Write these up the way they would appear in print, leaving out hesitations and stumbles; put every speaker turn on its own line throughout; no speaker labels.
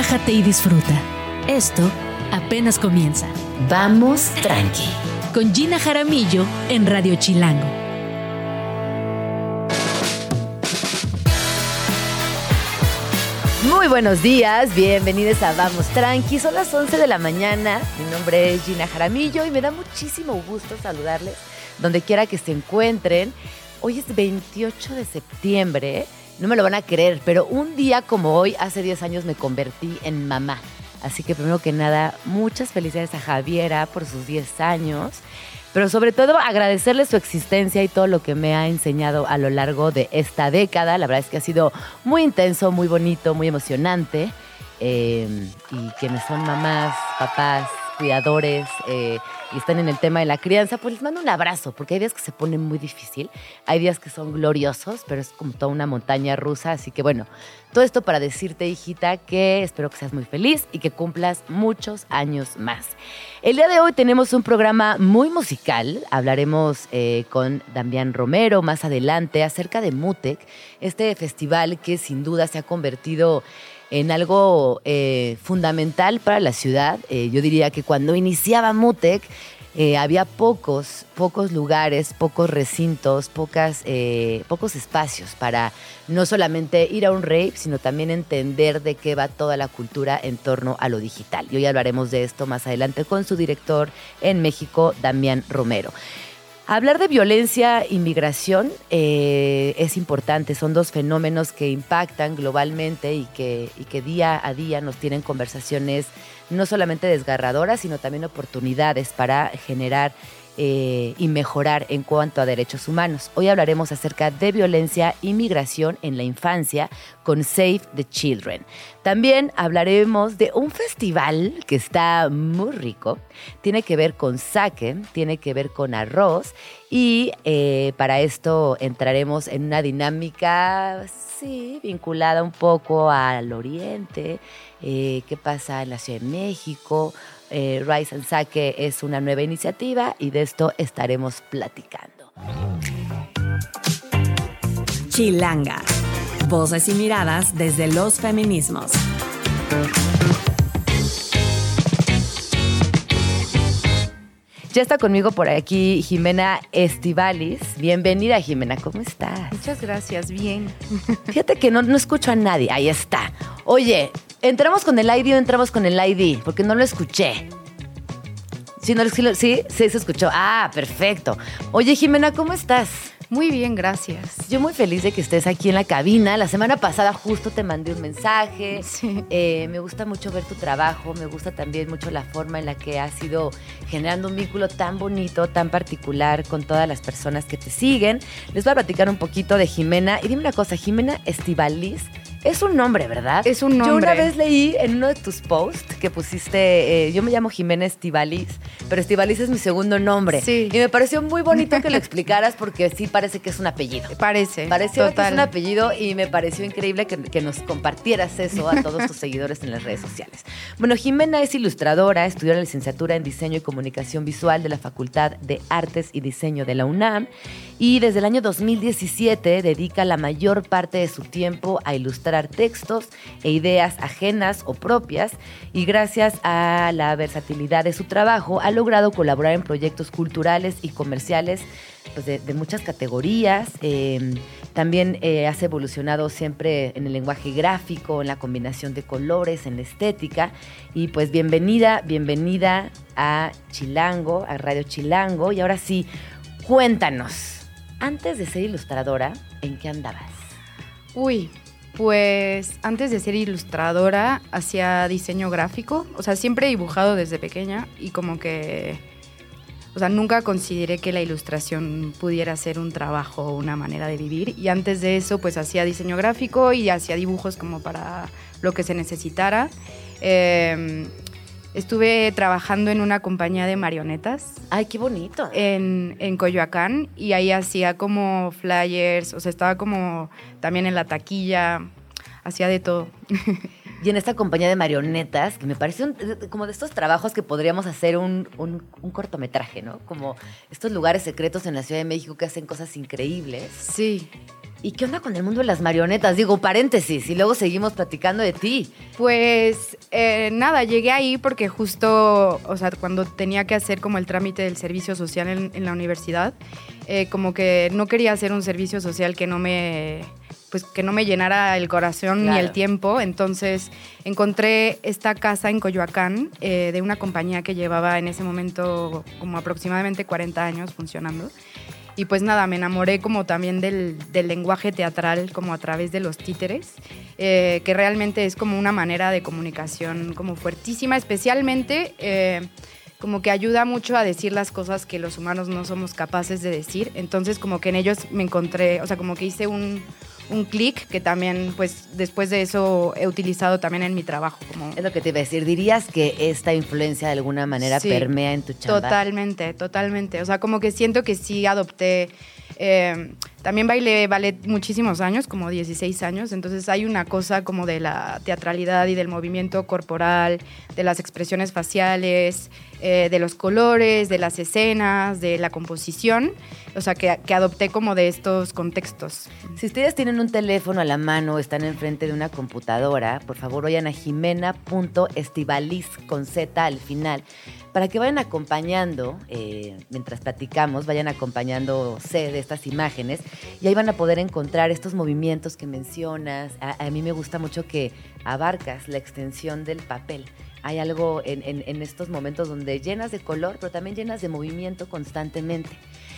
relájate y disfruta. Esto apenas comienza.
Vamos tranqui.
Con Gina Jaramillo en Radio Chilango.
Muy buenos días, bienvenidos a Vamos Tranqui. Son las 11 de la mañana. Mi nombre es Gina Jaramillo y me da muchísimo gusto saludarles donde quiera que se encuentren. Hoy es 28 de septiembre. No me lo van a creer, pero un día como hoy, hace 10 años me convertí en mamá. Así que primero que nada, muchas felicidades a Javiera por sus 10 años. Pero sobre todo agradecerle su existencia y todo lo que me ha enseñado a lo largo de esta década. La verdad es que ha sido muy intenso, muy bonito, muy emocionante. Y quienes son mamás, papás, cuidadores y están en el tema de la crianza, pues les mando un abrazo, porque hay días que se ponen muy difícil, hay días que son gloriosos, pero es como toda una montaña rusa. Así que bueno, todo esto para decirte, hijita, que espero que seas muy feliz y que cumplas muchos años más. El día de hoy tenemos un programa muy musical. Hablaremos con Damián Romero más adelante acerca de MUTEC, este festival que sin duda se ha convertido en algo fundamental para la ciudad. Yo diría que cuando iniciaba MUTEC había pocos lugares, pocos recintos, pocos espacios para no solamente ir a un rave, sino también entender de qué va toda la cultura en torno a lo digital. Y hoy hablaremos de esto más adelante con su director en México, Damián Romero. Hablar de violencia y migración es importante. Son dos fenómenos que impactan globalmente y que día a día nos tienen conversaciones no solamente desgarradoras, sino también oportunidades para generar y mejorar en cuanto a derechos humanos. Hoy hablaremos acerca de violencia y migración en la infancia con Save the Children. También hablaremos de un festival que está muy rico. Tiene que ver con sake, tiene que ver con arroz y para esto entraremos en una dinámica, sí, vinculada un poco al oriente. ¿Qué pasa en la Ciudad de México? Rice and Sake es una nueva iniciativa y de esto estaremos platicando.
Chilanga. Voces y miradas desde los feminismos.
Ya está conmigo por aquí Jimena Estíbaliz. Bienvenida, Jimena, ¿cómo estás?
Muchas gracias, bien.
Fíjate que no escucho a nadie. Ahí está. Oye, ¿entramos con el ID o entramos con el ID? Porque no lo escuché. ¿Sí se escuchó. Ah, perfecto. Oye, Jimena, ¿cómo estás?
Muy bien, gracias.
Yo muy feliz de que estés aquí en la cabina. La semana pasada justo te mandé un mensaje.
Sí.
Me gusta mucho ver tu trabajo. Me gusta también mucho la forma en la que has ido generando un vínculo tan bonito, tan particular con todas las personas que te siguen. Les voy a platicar un poquito de Jimena. Y dime una cosa, Jimena Estíbaliz es un nombre, ¿verdad?
Es un nombre.
Yo una vez leí en uno de tus posts que pusiste, yo me llamo Jimena Estíbaliz, pero Estíbaliz es mi segundo nombre.
Sí.
Y me pareció muy bonito que lo explicaras porque sí parece que es un apellido.
Pareció
Pareció que
total.
es un apellido y me pareció increíble que nos compartieras eso a todos tus seguidores en las redes sociales. Bueno, Jimena es ilustradora, estudió la licenciatura en Diseño y Comunicación Visual de la Facultad de Artes y Diseño de la UNAM y desde el año 2017 dedica la mayor parte de su tiempo a ilustrar textos e ideas ajenas o propias y gracias a la versatilidad de su trabajo ha logrado colaborar en proyectos culturales y comerciales pues de muchas categorías. También has evolucionado siempre en el lenguaje gráfico, en la combinación de colores, en la estética. Y pues bienvenida a Chilango, a Radio Chilango. Y ahora sí, cuéntanos, antes de ser ilustradora, ¿en qué andabas?
Uy, pues antes de ser ilustradora hacía diseño gráfico. O sea, siempre he dibujado desde pequeña y como que... O sea, nunca consideré que la ilustración pudiera ser un trabajo o una manera de vivir. Y antes de eso, pues hacía diseño gráfico y hacía dibujos como para lo que se necesitara. Estuve trabajando en una compañía de marionetas.
¡Ay, qué bonito!
En Coyoacán y ahí hacía como flyers, o sea, estaba como también en la taquilla, hacía de todo.
Y en esta compañía de marionetas, que me pareció como de estos trabajos que podríamos hacer un cortometraje, ¿no? Como estos lugares secretos en la Ciudad de México que hacen cosas increíbles.
Sí.
¿Y qué onda con el mundo de las marionetas? Digo, paréntesis, y luego seguimos platicando de ti.
Pues nada, llegué ahí porque justo, o sea, cuando tenía que hacer como el trámite del servicio social en la universidad, como que no quería hacer un servicio social que no me llenara el corazón ni el tiempo. Entonces encontré esta casa en Coyoacán de una compañía que llevaba en ese momento como aproximadamente 40 años funcionando. Y pues nada, me enamoré como también del lenguaje teatral como a través de los títeres, que realmente es como una manera de comunicación como fuertísima, especialmente como que ayuda mucho a decir las cosas que los humanos no somos capaces de decir. Entonces como que en ellos me encontré, o sea, como que hice un clic que también, pues, después de eso he utilizado también en mi trabajo.
Es lo que te iba a decir. ¿Dirías que esta influencia de alguna manera permea en tu chamba?
Totalmente, totalmente. O sea, como que siento que sí adopté... también bailé ballet muchísimos años, como 16 años, entonces hay una cosa como de la teatralidad y del movimiento corporal, de las expresiones faciales, de los colores, de las escenas, de la composición, o sea, que adopté como de estos contextos.
Si ustedes tienen un teléfono a la mano, están enfrente de una computadora, por favor vayan a jimena.estivaliz con Z al final, para que vayan acompañando, mientras platicamos, vayan acompañándose de estas imágenes y ahí van a poder encontrar estos movimientos que mencionas. A mí me gusta mucho que abarcas la extensión del papel. Hay algo en estos momentos donde llenas de color, pero también llenas de movimiento constantemente.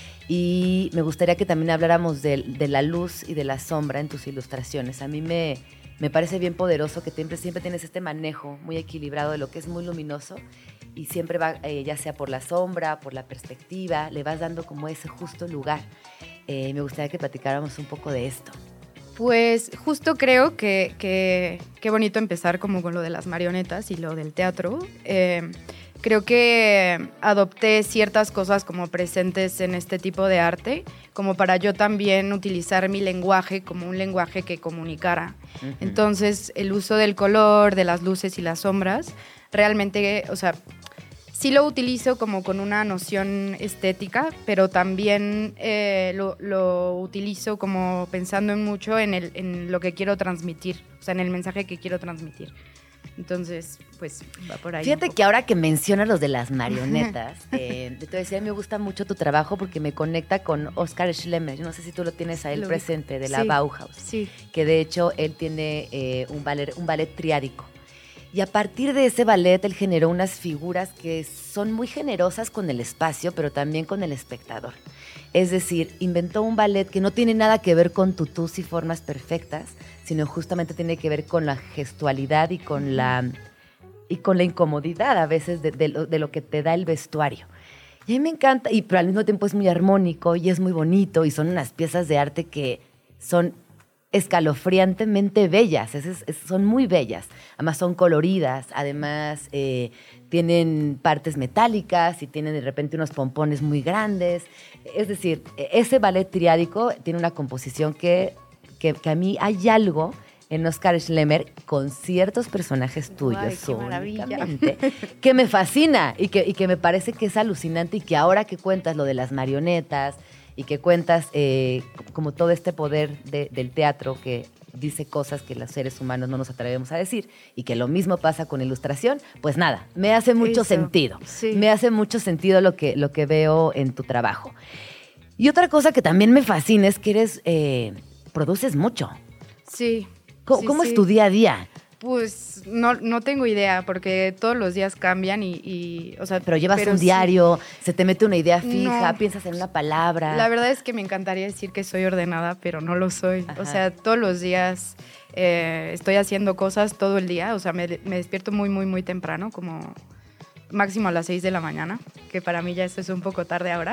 Y me gustaría que también habláramos de la luz y de la sombra en tus ilustraciones. A mí me parece bien poderoso que siempre tienes este manejo muy equilibrado de lo que es muy luminoso y siempre va, ya sea por la sombra, por la perspectiva, le vas dando como ese justo lugar. Me gustaría que platicáramos un poco de esto.
Pues justo creo que qué bonito empezar como con lo de las marionetas y lo del teatro. Creo que adopté ciertas cosas como presentes en este tipo de arte, como para yo también utilizar mi lenguaje como un lenguaje que comunicara. Uh-huh. Entonces, el uso del color, de las luces y las sombras, realmente, o sea, sí lo utilizo como con una noción estética, pero también lo utilizo como pensando mucho en lo que quiero transmitir, o sea, en el mensaje que quiero transmitir. Entonces, pues, va por ahí.
Fíjate que ahora que mencionas los de las marionetas, te decía, me gusta mucho tu trabajo porque me conecta con Oskar Schlemmer. Yo no sé si tú lo tienes a él presente, de la Bauhaus.
Sí.
Que de hecho, él tiene un ballet triádico. Y a partir de ese ballet, él generó unas figuras que son muy generosas con el espacio, pero también con el espectador. Es decir, inventó un ballet que no tiene nada que ver con tutús y formas perfectas, sino justamente tiene que ver con la gestualidad y con la incomodidad a veces de lo que te da el vestuario. Y a mí me encanta, pero al mismo tiempo es muy armónico y es muy bonito y son unas piezas de arte que son escalofriantemente bellas, son muy bellas. Además son coloridas, además tienen partes metálicas y tienen de repente unos pompones muy grandes. Es decir, ese ballet triádico tiene una composición que a mí hay algo en Oskar Schlemmer con ciertos personajes tuyos únicamente que me fascina y que me parece que es alucinante y que ahora que cuentas lo de las marionetas y que cuentas como todo este poder del teatro que dice cosas que los seres humanos no nos atrevemos a decir y que lo mismo pasa con ilustración, pues nada, me hace mucho sentido. Sí. Me hace mucho sentido lo que veo en tu trabajo. Y otra cosa que también me fascina es que produces mucho.
Sí.
¿Cómo es tu día a día?
Pues no tengo idea, porque todos los días cambian o sea...
Pero llevas un diario, se te mete una idea fija, piensas en una palabra.
La verdad es que me encantaría decir que soy ordenada, pero no lo soy. Ajá. O sea, todos los días estoy haciendo cosas todo el día. O sea, me despierto muy, muy, muy temprano, como máximo a las 6 de la mañana, que para mí ya esto es un poco tarde ahora.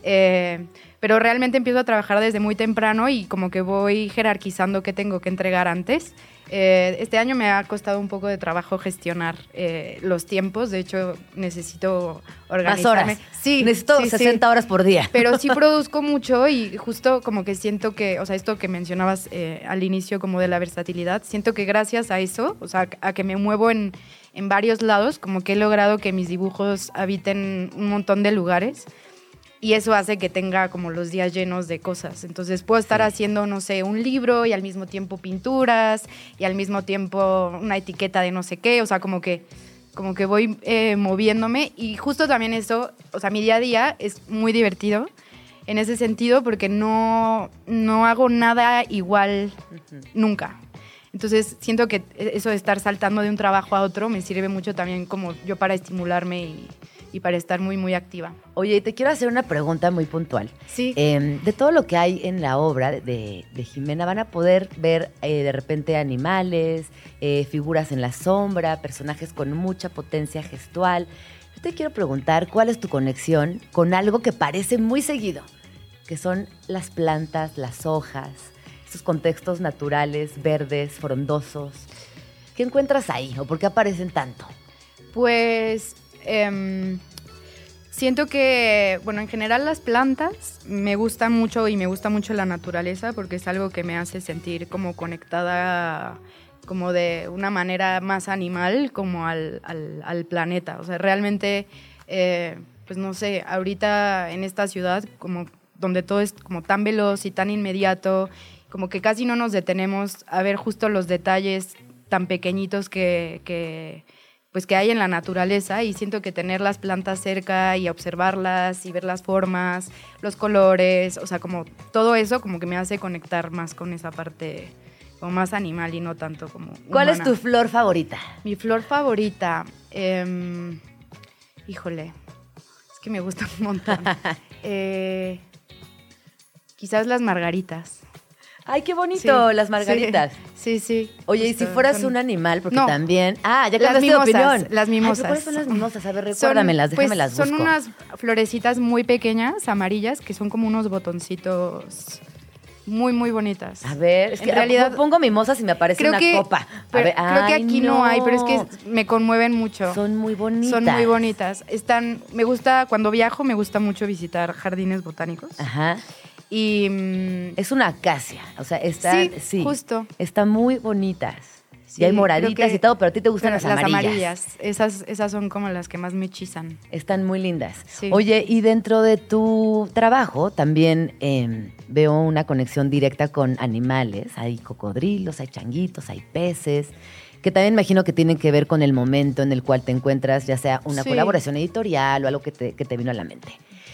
Pero realmente empiezo a trabajar desde muy temprano y como que voy jerarquizando qué tengo que entregar antes. Este año me ha costado un poco de trabajo gestionar los tiempos. De hecho, necesito organizarme.
Más horas. Sí, necesito 60 horas por día.
Pero sí produzco mucho y justo como que siento que, o sea, esto que mencionabas al inicio como de la versatilidad, siento que gracias a eso, o sea, a que me muevo en varios lados, como que he logrado que mis dibujos habiten un montón de lugares. Y eso hace que tenga como los días llenos de cosas. Entonces puedo estar haciendo, no sé, un libro y al mismo tiempo pinturas y al mismo tiempo una etiqueta de no sé qué. O sea, como que voy moviéndome. Y justo también eso, o sea, mi día a día es muy divertido en ese sentido porque no hago nada igual nunca. Entonces siento que eso de estar saltando de un trabajo a otro me sirve mucho también como yo para estimularme y para estar muy, muy activa.
Oye, te quiero hacer una pregunta muy puntual.
Sí.
De todo lo que hay en la obra de Jimena, van a poder ver de repente animales, figuras en la sombra, personajes con mucha potencia gestual. Yo te quiero preguntar, ¿cuál es tu conexión con algo que parece muy seguido? Que son las plantas, las hojas, esos contextos naturales, verdes, frondosos. ¿Qué encuentras ahí o por qué aparecen tanto?
Pues siento que, bueno, en general las plantas me gustan mucho y me gusta mucho la naturaleza porque es algo que me hace sentir como conectada como de una manera más animal como al planeta. O sea, realmente, pues no sé, ahorita en esta ciudad como donde todo es como tan veloz y tan inmediato, como que casi no nos detenemos a ver justo los detalles tan pequeñitos que hay en la naturaleza, y siento que tener las plantas cerca y observarlas y ver las formas, los colores, o sea, como todo eso como que me hace conectar más con esa parte como más animal y no tanto como humana.
¿Cuál es tu flor favorita?
Mi flor favorita, híjole, es que me gusta un montón. Quizás las margaritas.
¡Ay, qué bonito!
Sí,
Las margaritas.
Sí.
Oye,
Justo,
y si fueras un animal, porque
No.
también... ya
Las
cambiaste de
mimosas,
opinión.
las mimosas.
Ay, ¿cuáles son las mimosas? A ver, recuérdamelas, déjame las busco.
Son unas florecitas muy pequeñas, amarillas, que son como unos botoncitos muy, muy bonitas.
A ver, es que
en realidad
pongo mimosas y me aparece una copa. A ver,
creo que aquí no hay, pero es que me conmueven mucho.
Son muy bonitas.
Son muy bonitas. Me gusta, cuando viajo, me gusta mucho visitar jardines botánicos.
Ajá.
Y
es una acacia, o sea, están,
sí, justo.
Están muy bonitas.
Sí,
y hay moraditas y todo, pero a ti te gustan las amarillas.
Esas son como las que más me hechizan.
Están muy lindas.
Sí.
Oye, y dentro de tu trabajo también veo una conexión directa con animales. Hay cocodrilos, hay changuitos, hay peces, que también imagino que tienen que ver con el momento en el cual te encuentras, ya sea una colaboración editorial o algo que te vino a la mente.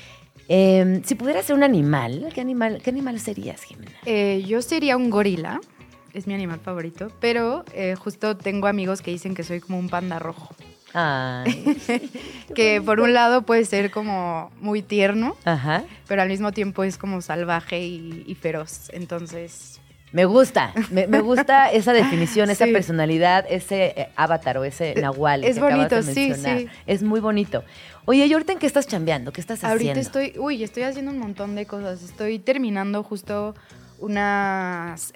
Si pudieras ser un animal, ¿qué animal serías, Jimena?
Yo sería un gorila, es mi animal favorito, pero justo tengo amigos que dicen que soy como un panda rojo.
Ay,
que por un lado puede ser como muy tierno,
ajá.
pero al mismo tiempo es como salvaje y feroz, entonces...
Me gusta esa definición, esa personalidad, ese avatar o ese nahual.
Es
que acabas
bonito,
de mencionar.
sí.
Es muy bonito. Oye, ¿y ahorita en qué estás chambeando? ¿Qué estás haciendo?
Ahorita estoy haciendo un montón de cosas. Estoy terminando justo unas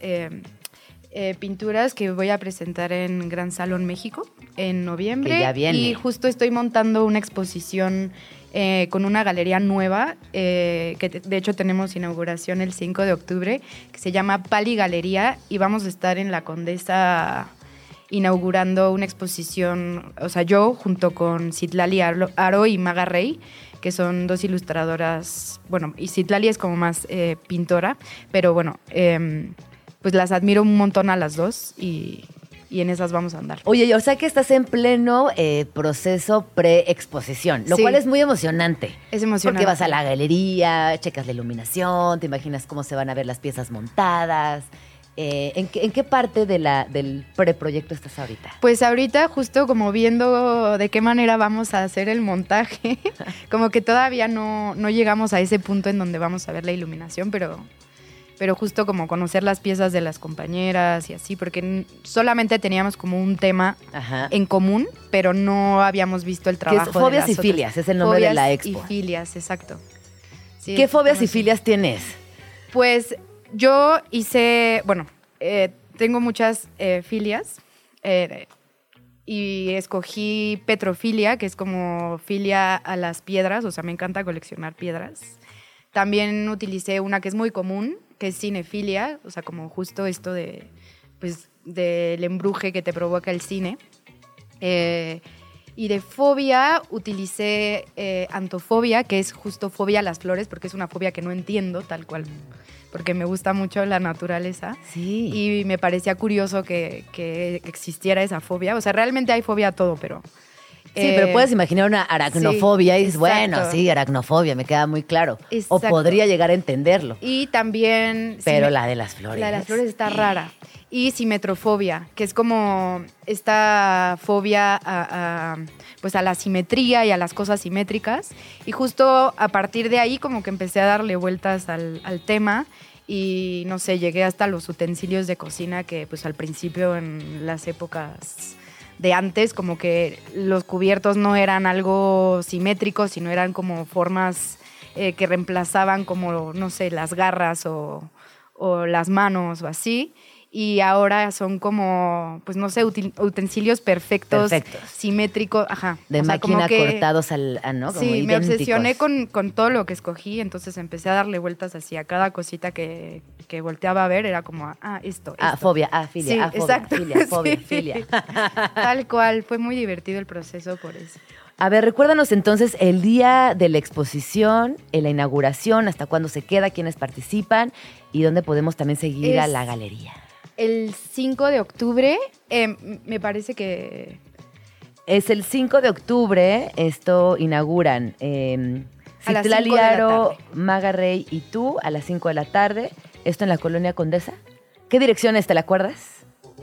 pinturas que voy a presentar en Gran Salón México en noviembre.
Que ya viene.
Y justo estoy montando una exposición con una galería nueva, que de hecho tenemos inauguración el 5 de octubre, que se llama Pali Galería, y vamos a estar en la Condesa inaugurando una exposición, o sea, yo junto con Citlali Aro y Maga Rey, que son dos ilustradoras, bueno, y Citlali es como más pintora, pero bueno, pues las admiro un montón a las dos y en esas vamos a andar.
Oye, o sea que estás en pleno proceso pre-exposición, lo cual es muy emocionante.
Es emocionante.
Porque vas a la galería, checas la iluminación, te imaginas cómo se van a ver las piezas montadas. ¿En qué parte del preproyecto estás ahorita?
Pues ahorita justo como viendo de qué manera vamos a hacer el montaje, como que todavía no llegamos a ese punto en donde vamos a ver la iluminación, pero justo como conocer las piezas de las compañeras y así, porque solamente teníamos como un tema en común, pero no habíamos visto el trabajo.
Que es Fobias y Filias, es el nombre de la expo.
Fobias y Filias, exacto. Sí,
¿Qué fobias y filias tienes?
Pues yo hice, tengo muchas filias y escogí petrofilia, que es como filia a las piedras, o sea, me encanta coleccionar piedras. También utilicé una que es muy común, que es cinefilia, o sea, como justo esto del embruje que te provoca el cine. Y de fobia utilicé antofobia, que es justo fobia a las flores, porque es una fobia que no entiendo tal cual, porque me gusta mucho la naturaleza.
Sí.
Y me parecía curioso que existiera esa fobia. O sea, realmente hay fobia a todo, pero...
Sí, pero puedes imaginar una aracnofobia y dices, bueno,
exacto.
sí, aracnofobia, me queda muy claro.
Exacto.
O podría llegar a entenderlo.
Y también...
Pero la de las flores.
La de las flores está rara. Y simetrofobia, que es como esta fobia pues a la simetría y a las cosas simétricas. Y justo a partir de ahí como que empecé a darle vueltas al tema y no sé, llegué hasta los utensilios de cocina que pues al principio en las épocas de antes como que los cubiertos no eran algo simétrico, sino eran como formas que reemplazaban como, no sé, las garras o las manos o así. Y ahora son como, pues no sé, utensilios perfectos, simétricos, ajá.
De máquina cortados ¿no? Como
sí,
idénticos.
me obsesioné con todo lo que escogí, entonces empecé a darle vueltas así a cada cosita que volteaba a ver, era como, esto.
Fobia, filia,
sí,
fobia,
exacto.
filia, fobia,
Sí.
filia.
Tal cual, fue muy divertido el proceso por eso.
A ver, recuérdanos entonces el día de la exposición, la inauguración, hasta cuándo se queda, quiénes participan y dónde podemos también seguir a la galería.
El 5 de octubre, me parece que...
Es el 5 de octubre, esto inauguran
A las 5 de
Citlali
la
Aro,
tarde.
Maga Rey y tú a las 5 de la tarde. Esto en la Colonia Condesa. ¿Qué dirección es? ¿Te la acuerdas?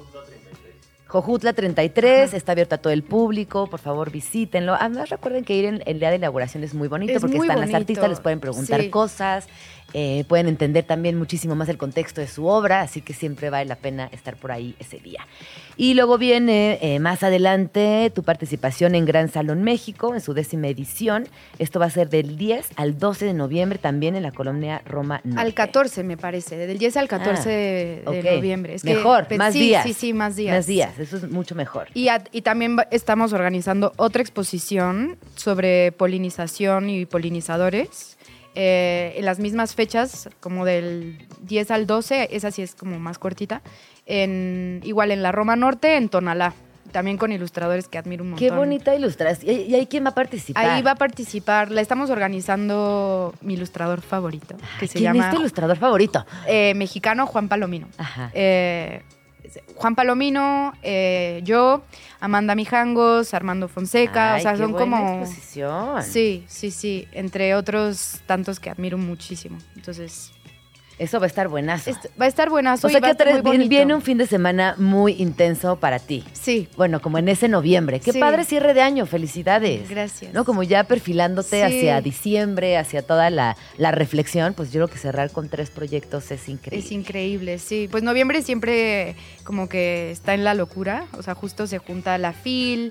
Jojutla 33, está abierto a todo el público, por favor visítenlo. Además recuerden que ir en el día de inauguración es muy bonito
Es
porque
muy
están
bonito.
las artistas, les pueden preguntar
Sí.
cosas, pueden entender también muchísimo más el contexto de su obra, así que siempre vale la pena estar por ahí ese día. Y luego viene más adelante tu participación en Gran Salón México, en su 10ª edición. Esto va a ser del 10 al 12 de noviembre también en la Colonia Roma Norte.
Al 14, me parece, del 10 al 14 de
ok.
noviembre. Es
Mejor, más
sí,
días.
Sí, más días.
Más días, eso es mucho mejor.
Y también estamos organizando otra exposición sobre polinización y polinizadores. En las mismas fechas, como del 10 al 12, esa sí es como más cortita, igual en la Roma Norte, en Tonalá, también con ilustradores que admiro un montón.
Qué bonita ilustración. ¿Y ahí quién va a participar?
Ahí va a participar, la estamos organizando mi ilustrador favorito, que se
¿Quién
llama
es tu ilustrador favorito?
mexicano Juan Palomino.
Ajá.
Juan Palomino, yo, Amanda Mijangos, Armando Fonseca,
Ay,
o sea,
qué
son
buena
como...
exposición.
Sí, entre otros tantos que admiro muchísimo. Entonces,
Eso va a estar buenazo.
va a estar buenazo
O sea
y va a
que
estar muy bonito.
viene un fin de semana muy intenso para ti.
Sí.
Bueno, como en ese noviembre. Qué
Sí.
padre cierre de año, felicidades.
Gracias.
¿No? Como ya perfilándote
Sí.
hacia diciembre, hacia toda la reflexión, pues yo creo que cerrar con 3 proyectos es increíble.
Es increíble, sí. Pues noviembre siempre como que está en la locura, o sea, justo se junta la FIL,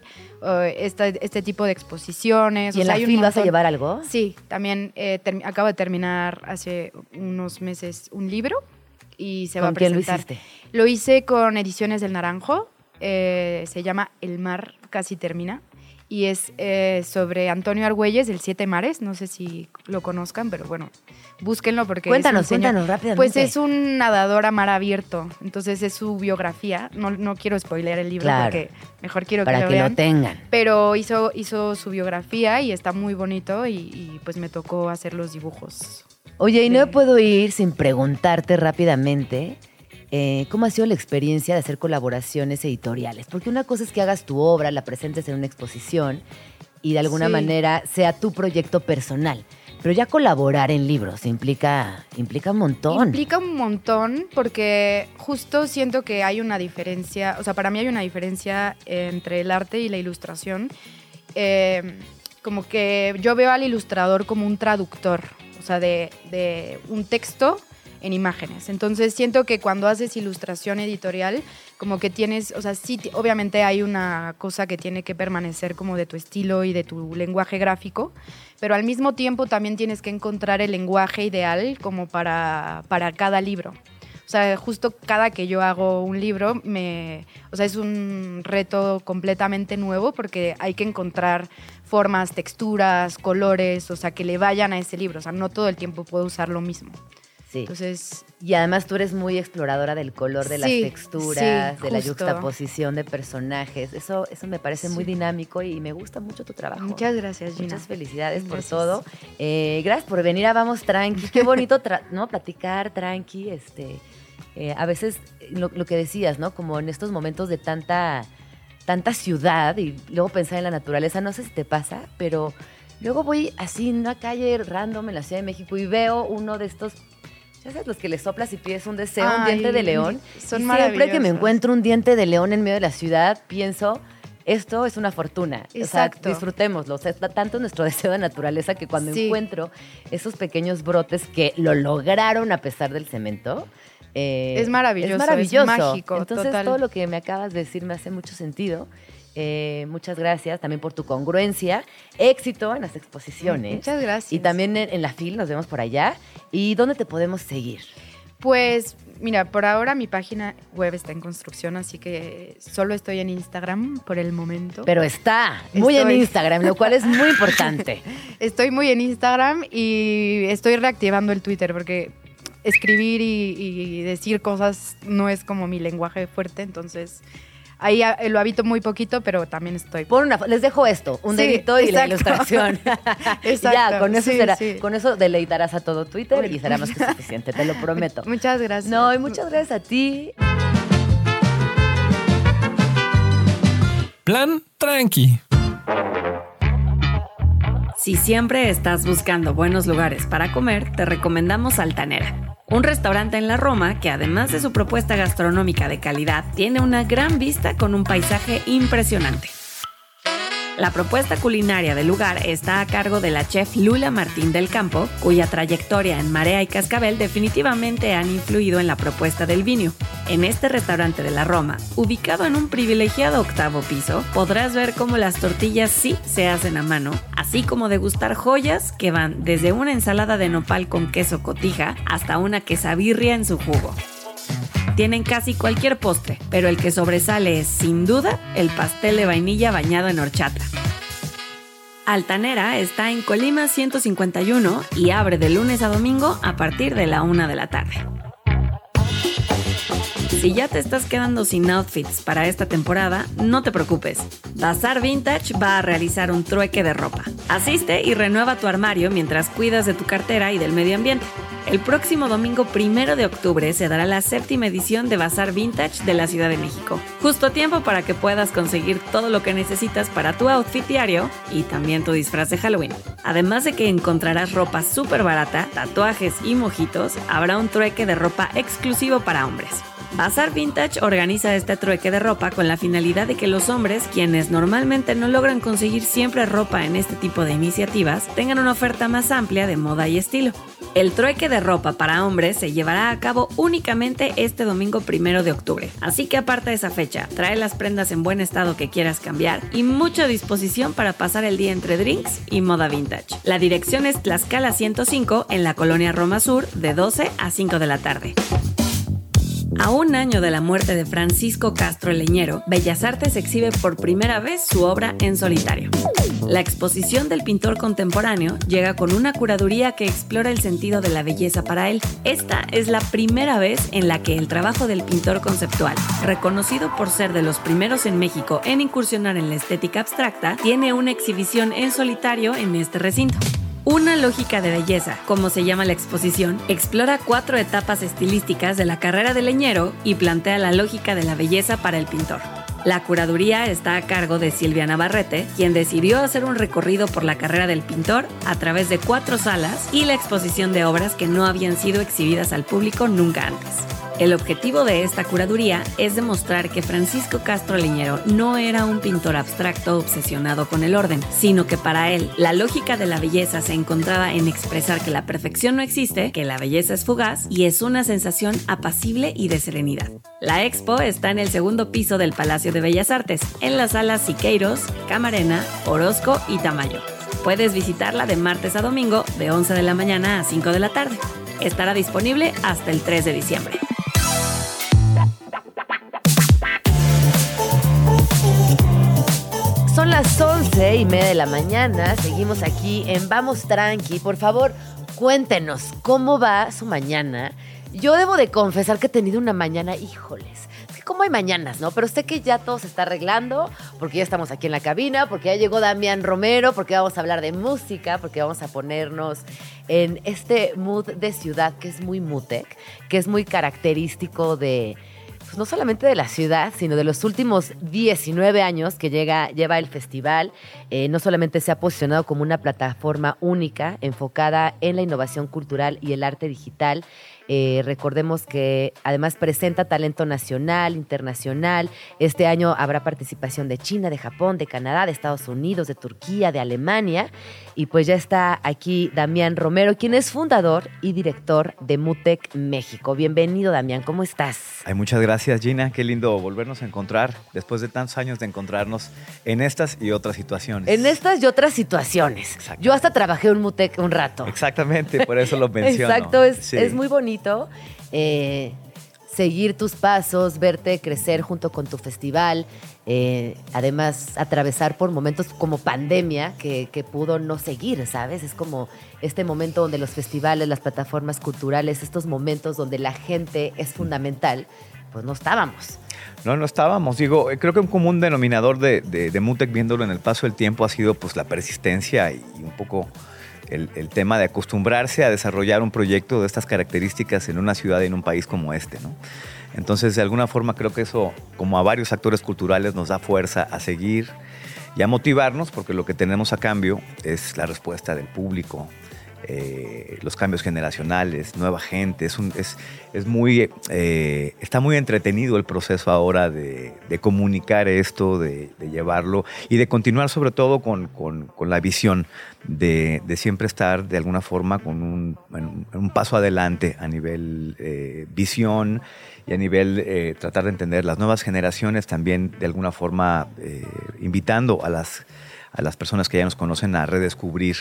este tipo de exposiciones.
¿Y
o
en
sea,
la
hay un
FIL vas a
montón.
llevar algo?
Sí, también acabo de terminar hace unos meses un libro y se va a
¿Con quién lo
presentar.
hiciste?
Lo hice con Ediciones del Naranjo, se llama El mar casi termina y es sobre Antonio Argüelles, del Siete Mares, no sé si lo conozcan, pero bueno, búsquenlo porque
Cuéntanos rápidamente.
Pues es un nadador a mar abierto, entonces es su biografía, no quiero spoilear el libro
Claro.
porque mejor quiero
Para
que lo
que
vean.
lo tengan.
Pero hizo su biografía y está muy bonito y pues me tocó hacer los dibujos.
Oye, y no
de-
me puedo ir sin preguntarte rápidamente cómo ha sido la experiencia de hacer colaboraciones editoriales. Porque una cosa es que hagas tu obra, la presentes en una exposición y de alguna
Sí.
manera sea tu proyecto personal. Pero ya colaborar en libros implica un montón.
Implica un montón porque justo siento que hay una diferencia, o sea, para mí hay una diferencia entre el arte y la ilustración. Como que yo veo al ilustrador como un traductor, o sea, de un texto en imágenes. Entonces siento que cuando haces ilustración editorial, como que tienes, o sea, sí, obviamente hay una cosa que tiene que permanecer como de tu estilo y de tu lenguaje gráfico, pero al mismo tiempo también tienes que encontrar el lenguaje ideal como para cada libro. O sea, justo cada que yo hago un libro, o sea, es un reto completamente nuevo porque hay que encontrar formas, texturas, colores, o sea, que le vayan a ese libro. O sea, no todo el tiempo puedo usar lo mismo.
Sí.
Entonces,
Y además tú eres muy exploradora del color, de las
Sí,
texturas,
sí,
de la
justo.
yuxtaposición de personajes. Eso me parece muy
Sí.
dinámico y me gusta mucho tu trabajo.
muchas gracias, Gina.
Muchas felicidades por
Gracias.
todo. Gracias por venir a Vamos Tranqui. Qué bonito, ¿no? Platicar tranqui. A veces lo que decías, ¿no? Como en estos momentos de tanta ciudad y luego pensar en la naturaleza. No sé si te pasa, pero luego voy así en una calle random en la Ciudad de México y veo uno de estos... ¿Ya sabes los que le soplas y pides un deseo, un diente de león?
Son
Y siempre que
maravillosos.
me encuentro un diente de león en medio de la ciudad, pienso, esto es una fortuna.
Exacto.
O sea, disfrutémoslo. O sea, está tanto nuestro deseo de naturaleza que cuando
Sí.
encuentro esos pequeños brotes que lo lograron a pesar del cemento,
Es maravilloso,
es maravilloso.
es mágico,
Entonces,
total.
todo lo que me acabas de decir me hace mucho sentido. Muchas gracias también por tu congruencia. Éxito en las exposiciones.
Muchas gracias.
Y también en la FIL, nos vemos por allá. ¿Y dónde te podemos seguir?
Pues, mira, por ahora mi página web está en construcción, así que solo estoy en Instagram por el momento.
Pero está muy en
Estoy.
Instagram, lo cual es muy importante.
Estoy muy en Instagram y estoy reactivando el Twitter porque escribir y decir cosas no es como mi lenguaje fuerte, entonces ahí lo habito muy poquito, pero también estoy.
Les dejo esto, un
Sí,
dedito y la
exacto.
ilustración.
Exacto,
Ya, con eso
sí,
será,
sí.
con eso deleitarás a todo Twitter y será más que suficiente, te lo prometo.
Muchas gracias.
No, y muchas gracias a ti.
Plan tranqui.
Si siempre estás buscando buenos lugares para comer, te recomendamos Altanera, un restaurante en la Roma que además de su propuesta gastronómica de calidad, tiene una gran vista con un paisaje impresionante. La propuesta culinaria del lugar está a cargo de la chef Lula Martín del Campo, cuya trayectoria en Marea y Cascabel definitivamente han influido en la propuesta del vino. En este restaurante de la Roma, ubicado en un privilegiado 8º piso, podrás ver cómo las tortillas sí se hacen a mano, así como degustar joyas que van desde una ensalada de nopal con queso cotija hasta una quesabirria en su jugo. Tienen casi cualquier postre, pero el que sobresale es, sin duda, el pastel de vainilla bañado en horchata. Altanera está en Colima 151 y abre de lunes a domingo a partir de la 1 de la tarde. Si ya te estás quedando sin outfits para esta temporada, no te preocupes. Bazar Vintage va a realizar un trueque de ropa. Asiste y renueva tu armario mientras cuidas de tu cartera y del medio ambiente. El próximo domingo 1 de octubre se dará la 7ª edición de Bazar Vintage de la Ciudad de México. Justo a tiempo para que puedas conseguir todo lo que necesitas para tu outfit diario y también tu disfraz de Halloween. Además de que encontrarás ropa súper barata, tatuajes y mojitos, habrá un trueque de ropa exclusivo para hombres. Bazar Vintage organiza este trueque de ropa con la finalidad de que los hombres, quienes normalmente no logran conseguir siempre ropa en este tipo de iniciativas, tengan una oferta más amplia de moda y estilo. El trueque de ropa para hombres se llevará a cabo únicamente este domingo 1 de octubre, así que aparta esa fecha, trae las prendas en buen estado que quieras cambiar y mucha disposición para pasar el día entre drinks y moda vintage. La dirección es Tlaxcala 105 en la colonia Roma Sur de 12 a 5 de la tarde. A un año de la muerte de Francisco Castro Leñero, Bellas Artes exhibe por primera vez su obra en solitario. La exposición del pintor contemporáneo llega con una curaduría que explora el sentido de la belleza para él. Esta es la primera vez en la que el trabajo del pintor conceptual, reconocido por ser de los primeros en México en incursionar en la estética abstracta, tiene una exhibición en solitario en este recinto. Una lógica de belleza, como se llama la exposición, explora 4 etapas estilísticas de la carrera de Leñero y plantea la lógica de la belleza para el pintor. La curaduría está a cargo de Silvia Navarrete, quien decidió hacer un recorrido por la carrera del pintor a través de 4 salas y la exposición de obras que no habían sido exhibidas al público nunca antes. El objetivo de esta curaduría es demostrar que Francisco Castro Leñero no era un pintor abstracto obsesionado con el orden, sino que para él la lógica de la belleza se encontraba en expresar que la perfección no existe, que la belleza es fugaz y es una sensación apacible y de serenidad. La expo está en el 2º piso del Palacio de Bellas Artes, en las salas Siqueiros, Camarena, Orozco y Tamayo. Puedes visitarla de martes a domingo de 11 de la mañana a 5 de la tarde. Estará disponible hasta el 3 de diciembre.
Son las 11:30 de la mañana. Seguimos aquí en Vamos Tranqui. Por favor, cuéntenos, ¿cómo va su mañana? Yo debo de confesar que he tenido una mañana, híjoles, es que como hay mañanas, ¿no? Pero sé que ya todo se está arreglando, porque ya estamos aquí en la cabina, porque ya llegó Damián Romero, porque vamos a hablar de música, porque vamos a ponernos en este mood de ciudad que es muy Mutec, que es muy característico de, pues no solamente de la ciudad, sino de los últimos 19 años que lleva el festival. No solamente se ha posicionado como una plataforma única enfocada en la innovación cultural y el arte digital. Recordemos que además presenta talento nacional, internacional. Este año habrá participación de China, de Japón, de Canadá, de Estados Unidos, de Turquía, de Alemania. Y pues ya está aquí Damián Romero, quien es fundador y director de Mutec México. Bienvenido, Damián, ¿cómo estás?
Ay, muchas gracias, Gina. Qué lindo volvernos a encontrar después de tantos años de encontrarnos en estas y otras situaciones.
En estas y otras situaciones. Yo hasta trabajé en Mutec un rato.
Exactamente, por eso lo menciono.
Exacto,
Sí.
es muy bonito seguir tus pasos, verte crecer junto con tu festival, además atravesar por momentos como pandemia que pudo no seguir, ¿sabes? Es como este momento donde los festivales, las plataformas culturales, estos momentos donde la gente es fundamental, pues no estábamos.
No estábamos. Digo, creo que un común denominador de Mutec, viéndolo en el paso del tiempo, ha sido pues la persistencia y un poco el tema de acostumbrarse a desarrollar un proyecto de estas características en una ciudad y en un país como este, ¿no? Entonces, de alguna forma, creo que eso, como a varios actores culturales, nos da fuerza a seguir y a motivarnos, porque lo que tenemos a cambio es la respuesta del público, los cambios generacionales, nueva gente. Está muy entretenido el proceso ahora de comunicar esto, de llevarlo y de continuar sobre todo con la visión de siempre estar de alguna forma con un paso adelante a nivel visión y a nivel tratar de entender las nuevas generaciones, también de alguna forma invitando a las personas que ya nos conocen a redescubrir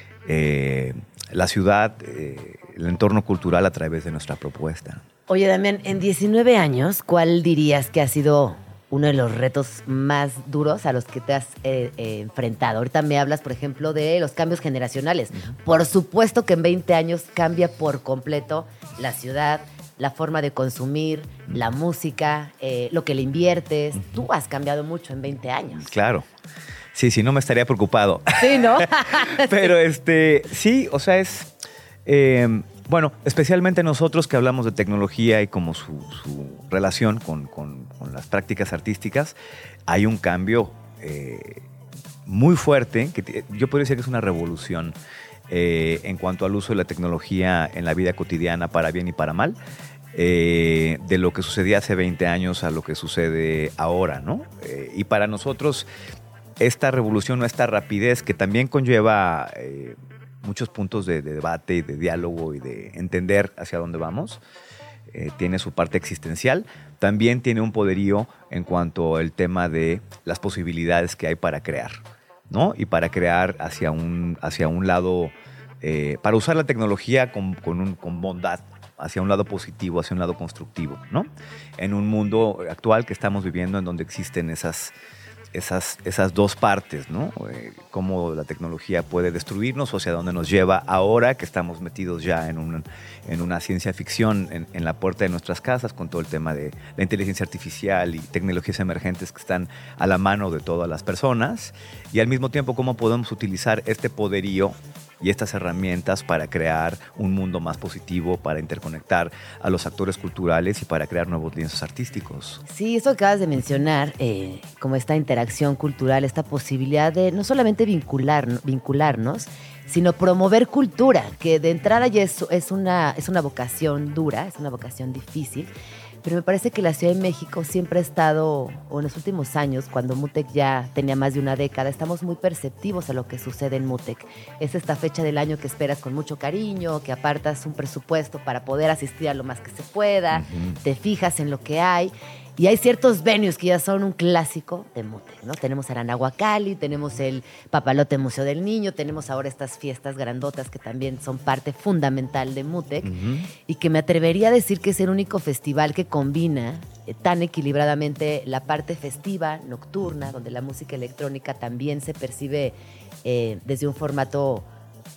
la ciudad, el entorno cultural a través de nuestra propuesta.
Oye, Damián, en 19 años, ¿cuál dirías que ha sido uno de los retos más duros a los que te has enfrentado? Ahorita me hablas, por ejemplo, de los cambios generacionales. Por supuesto que en 20 años cambia por completo la ciudad, la forma de consumir, la música, lo que le inviertes. Tú has cambiado mucho en 20 años.
Claro. Sí, no me estaría preocupado.
Sí, ¿no?
Pero sí, o sea, es... bueno, especialmente nosotros que hablamos de tecnología y como su relación con las prácticas artísticas, hay un cambio muy fuerte, que yo podría decir que es una revolución en cuanto al uso de la tecnología en la vida cotidiana, para bien y para mal, de lo que sucedía hace 20 años a lo que sucede ahora, ¿no? Y para nosotros, esta revolución o esta rapidez que también conlleva muchos puntos de debate y de diálogo y de entender hacia dónde vamos, tiene su parte existencial, también tiene un poderío en cuanto al tema de las posibilidades que hay para crear, ¿no? Y para crear hacia un lado, para usar la tecnología con bondad, hacia un lado positivo, hacia un lado constructivo, ¿no? En un mundo actual que estamos viviendo en donde existen esas dos partes, ¿no? Cómo la tecnología puede destruirnos o hacia dónde nos lleva ahora que estamos metidos ya en una ciencia ficción en la puerta de nuestras casas, con todo el tema de la inteligencia artificial y tecnologías emergentes que están a la mano de todas las personas, y al mismo tiempo cómo podemos utilizar este poderío y estas herramientas para crear un mundo más positivo, para interconectar a los actores culturales y para crear nuevos lienzos artísticos.
Sí, eso que acabas de mencionar, como esta interacción cultural, esta posibilidad de no solamente vincularnos, sino promover cultura, que de entrada ya es una vocación dura, es una vocación difícil. Pero me parece que la Ciudad de México siempre ha estado, o en los últimos años, cuando Mutec ya tenía más de una década, estamos muy perceptivos a lo que sucede en Mutec. Es esta fecha del año que esperas con mucho cariño, que apartas un presupuesto para poder asistir a lo más que se pueda, te fijas en lo que hay. Y hay ciertos venues que ya son un clásico de Mutec, ¿no? Tenemos Aranahuacalli, tenemos el Papalote Museo del Niño, tenemos ahora estas fiestas grandotas que también son parte fundamental de Mutec, y que me atrevería a decir que es el único festival que combina tan equilibradamente la parte festiva, nocturna, donde la música electrónica también se percibe desde un formato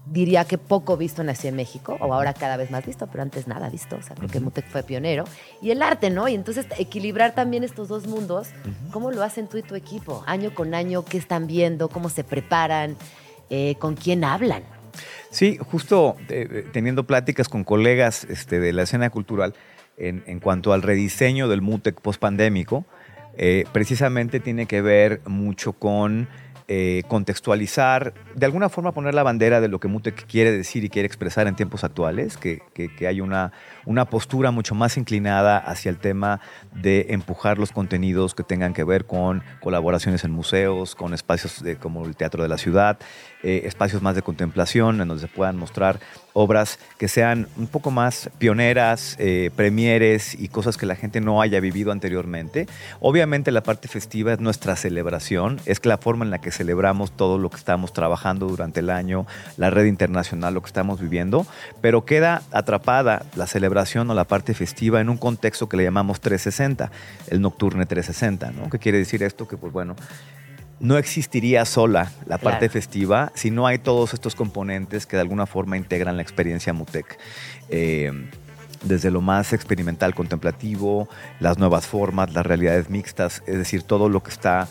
diría que poco visto en la Ciudad de México, o ahora cada vez más visto, pero antes nada visto, o sea, creo que Mutec fue pionero, y el arte, ¿no? Y entonces equilibrar también estos dos mundos, ¿cómo lo hacen tú y tu equipo? Año con año, ¿qué están viendo? ¿Cómo se preparan? ¿Con quién hablan?
Sí, justo teniendo pláticas con colegas de la escena cultural en cuanto al rediseño del Mutec post-pandémico, precisamente tiene que ver mucho con contextualizar, de alguna forma poner la bandera de lo que Mutec quiere decir y quiere expresar en tiempos actuales, que hay una postura mucho más inclinada hacia el tema de empujar los contenidos que tengan que ver con colaboraciones en museos, con espacios como el Teatro de la Ciudad, espacios más de contemplación en donde se puedan mostrar obras que sean un poco más pioneras, premieres y cosas que la gente no haya vivido anteriormente. Obviamente la parte festiva es nuestra celebración, es la forma en la que celebramos todo lo que estamos trabajando durante el año, la red internacional, lo que estamos viviendo, pero queda atrapada la celebración o la parte festiva en un contexto que le llamamos 360, el Nocturne 360, ¿no? ¿Qué quiere decir esto? Que pues bueno, no existiría sola la parte festiva si no hay todos estos componentes que de alguna forma integran la experiencia Mutec. Desde lo más experimental, contemplativo, las nuevas formas, las realidades mixtas, es decir, todo lo que está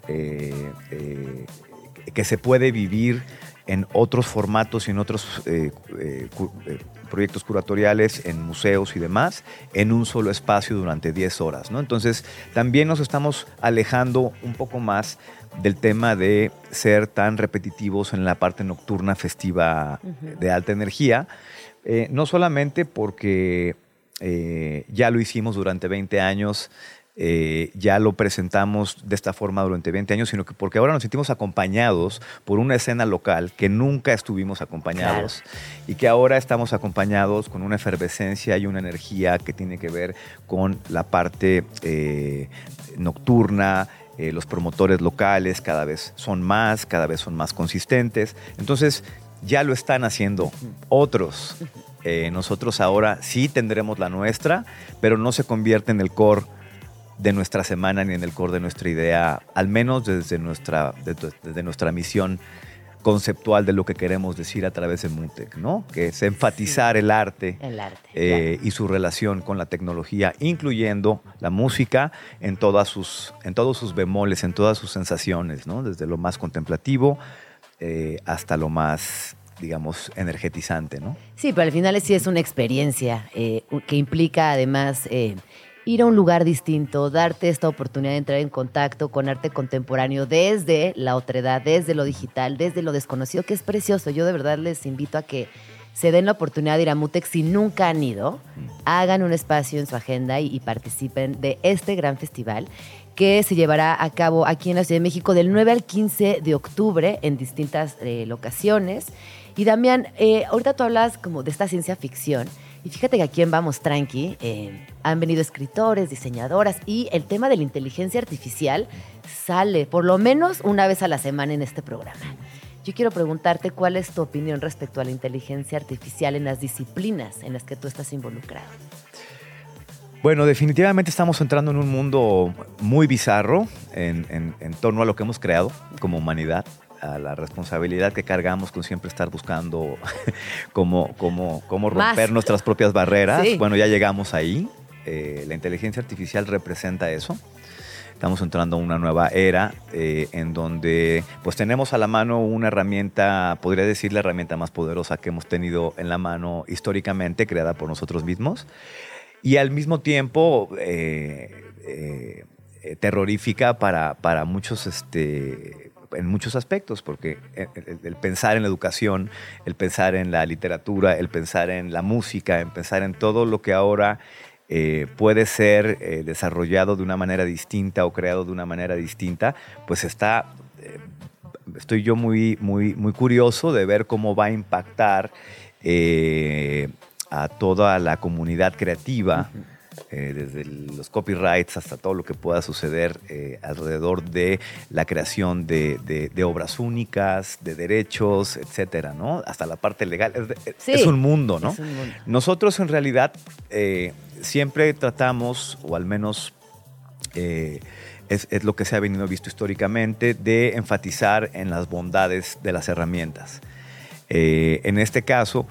que se puede vivir en otros formatos y en otros proyectos curatoriales, en museos y demás, en un solo espacio durante 10 horas, ¿no? Entonces, también nos estamos alejando un poco más del tema de ser tan repetitivos en la parte nocturna festiva de alta energía, no solamente porque ya lo hicimos durante 20 años, ya lo presentamos de esta forma durante 20 años, sino que porque ahora nos sentimos acompañados por una escena local que nunca estuvimos acompañados y que ahora estamos acompañados con una efervescencia y una energía que tiene que ver con la parte nocturna. Los promotores locales cada vez son más consistentes. Entonces ya lo están haciendo otros. Nosotros ahora sí tendremos la nuestra, pero no se convierte en el core de nuestra semana ni en el core de nuestra idea, al menos desde nuestra misión conceptual de lo que queremos decir a través de Mutec, ¿no? Que es enfatizar el arte y su relación con la tecnología, incluyendo la música en todos sus bemoles, en todas sus sensaciones, ¿no? Desde lo más contemplativo hasta lo más, digamos, energetizante, ¿no?
Sí, pero al final sí es una experiencia que implica además ir a un lugar distinto, darte esta oportunidad de entrar en contacto con arte contemporáneo desde la otredad, desde lo digital, desde lo desconocido, que es precioso. Yo de verdad les invito a que se den la oportunidad de ir a Mutec si nunca han ido, hagan un espacio en su agenda y participen de este gran festival que se llevará a cabo aquí en la Ciudad de México del 9 al 15 de octubre en distintas locaciones. Y Damián, ahorita tú hablas como de esta ciencia ficción. Y fíjate que aquí en Vamos Tranqui han venido escritores, diseñadoras y el tema de la inteligencia artificial sale por lo menos una vez a la semana en este programa. Yo quiero preguntarte cuál es tu opinión respecto a la inteligencia artificial en las disciplinas en las que tú estás involucrado.
Bueno, definitivamente estamos entrando en un mundo muy bizarro en torno a lo que hemos creado como humanidad, a la responsabilidad que cargamos con siempre estar buscando cómo romper nuestras propias barreras. Sí. Bueno, ya llegamos ahí. La inteligencia artificial representa eso. Estamos entrando a una nueva era en donde pues tenemos a la mano una herramienta, podría decir la herramienta más poderosa que hemos tenido en la mano históricamente, creada por nosotros mismos. Y al mismo tiempo terrorífica para muchos en muchos aspectos, porque el pensar en la educación, el pensar en la literatura, el pensar en la música, el pensar en todo lo que ahora puede ser desarrollado de una manera distinta o creado de una manera distinta, pues estoy yo muy curioso de ver cómo va a impactar a toda la comunidad creativa, desde los copyrights hasta todo lo que pueda suceder alrededor de la creación de obras únicas, de derechos, etcétera, ¿no? Hasta la parte legal. Es un mundo, ¿no? Es un mundo. Nosotros en realidad siempre tratamos, o al menos es lo que se ha venido visto históricamente, de enfatizar en las bondades de las herramientas. En este caso,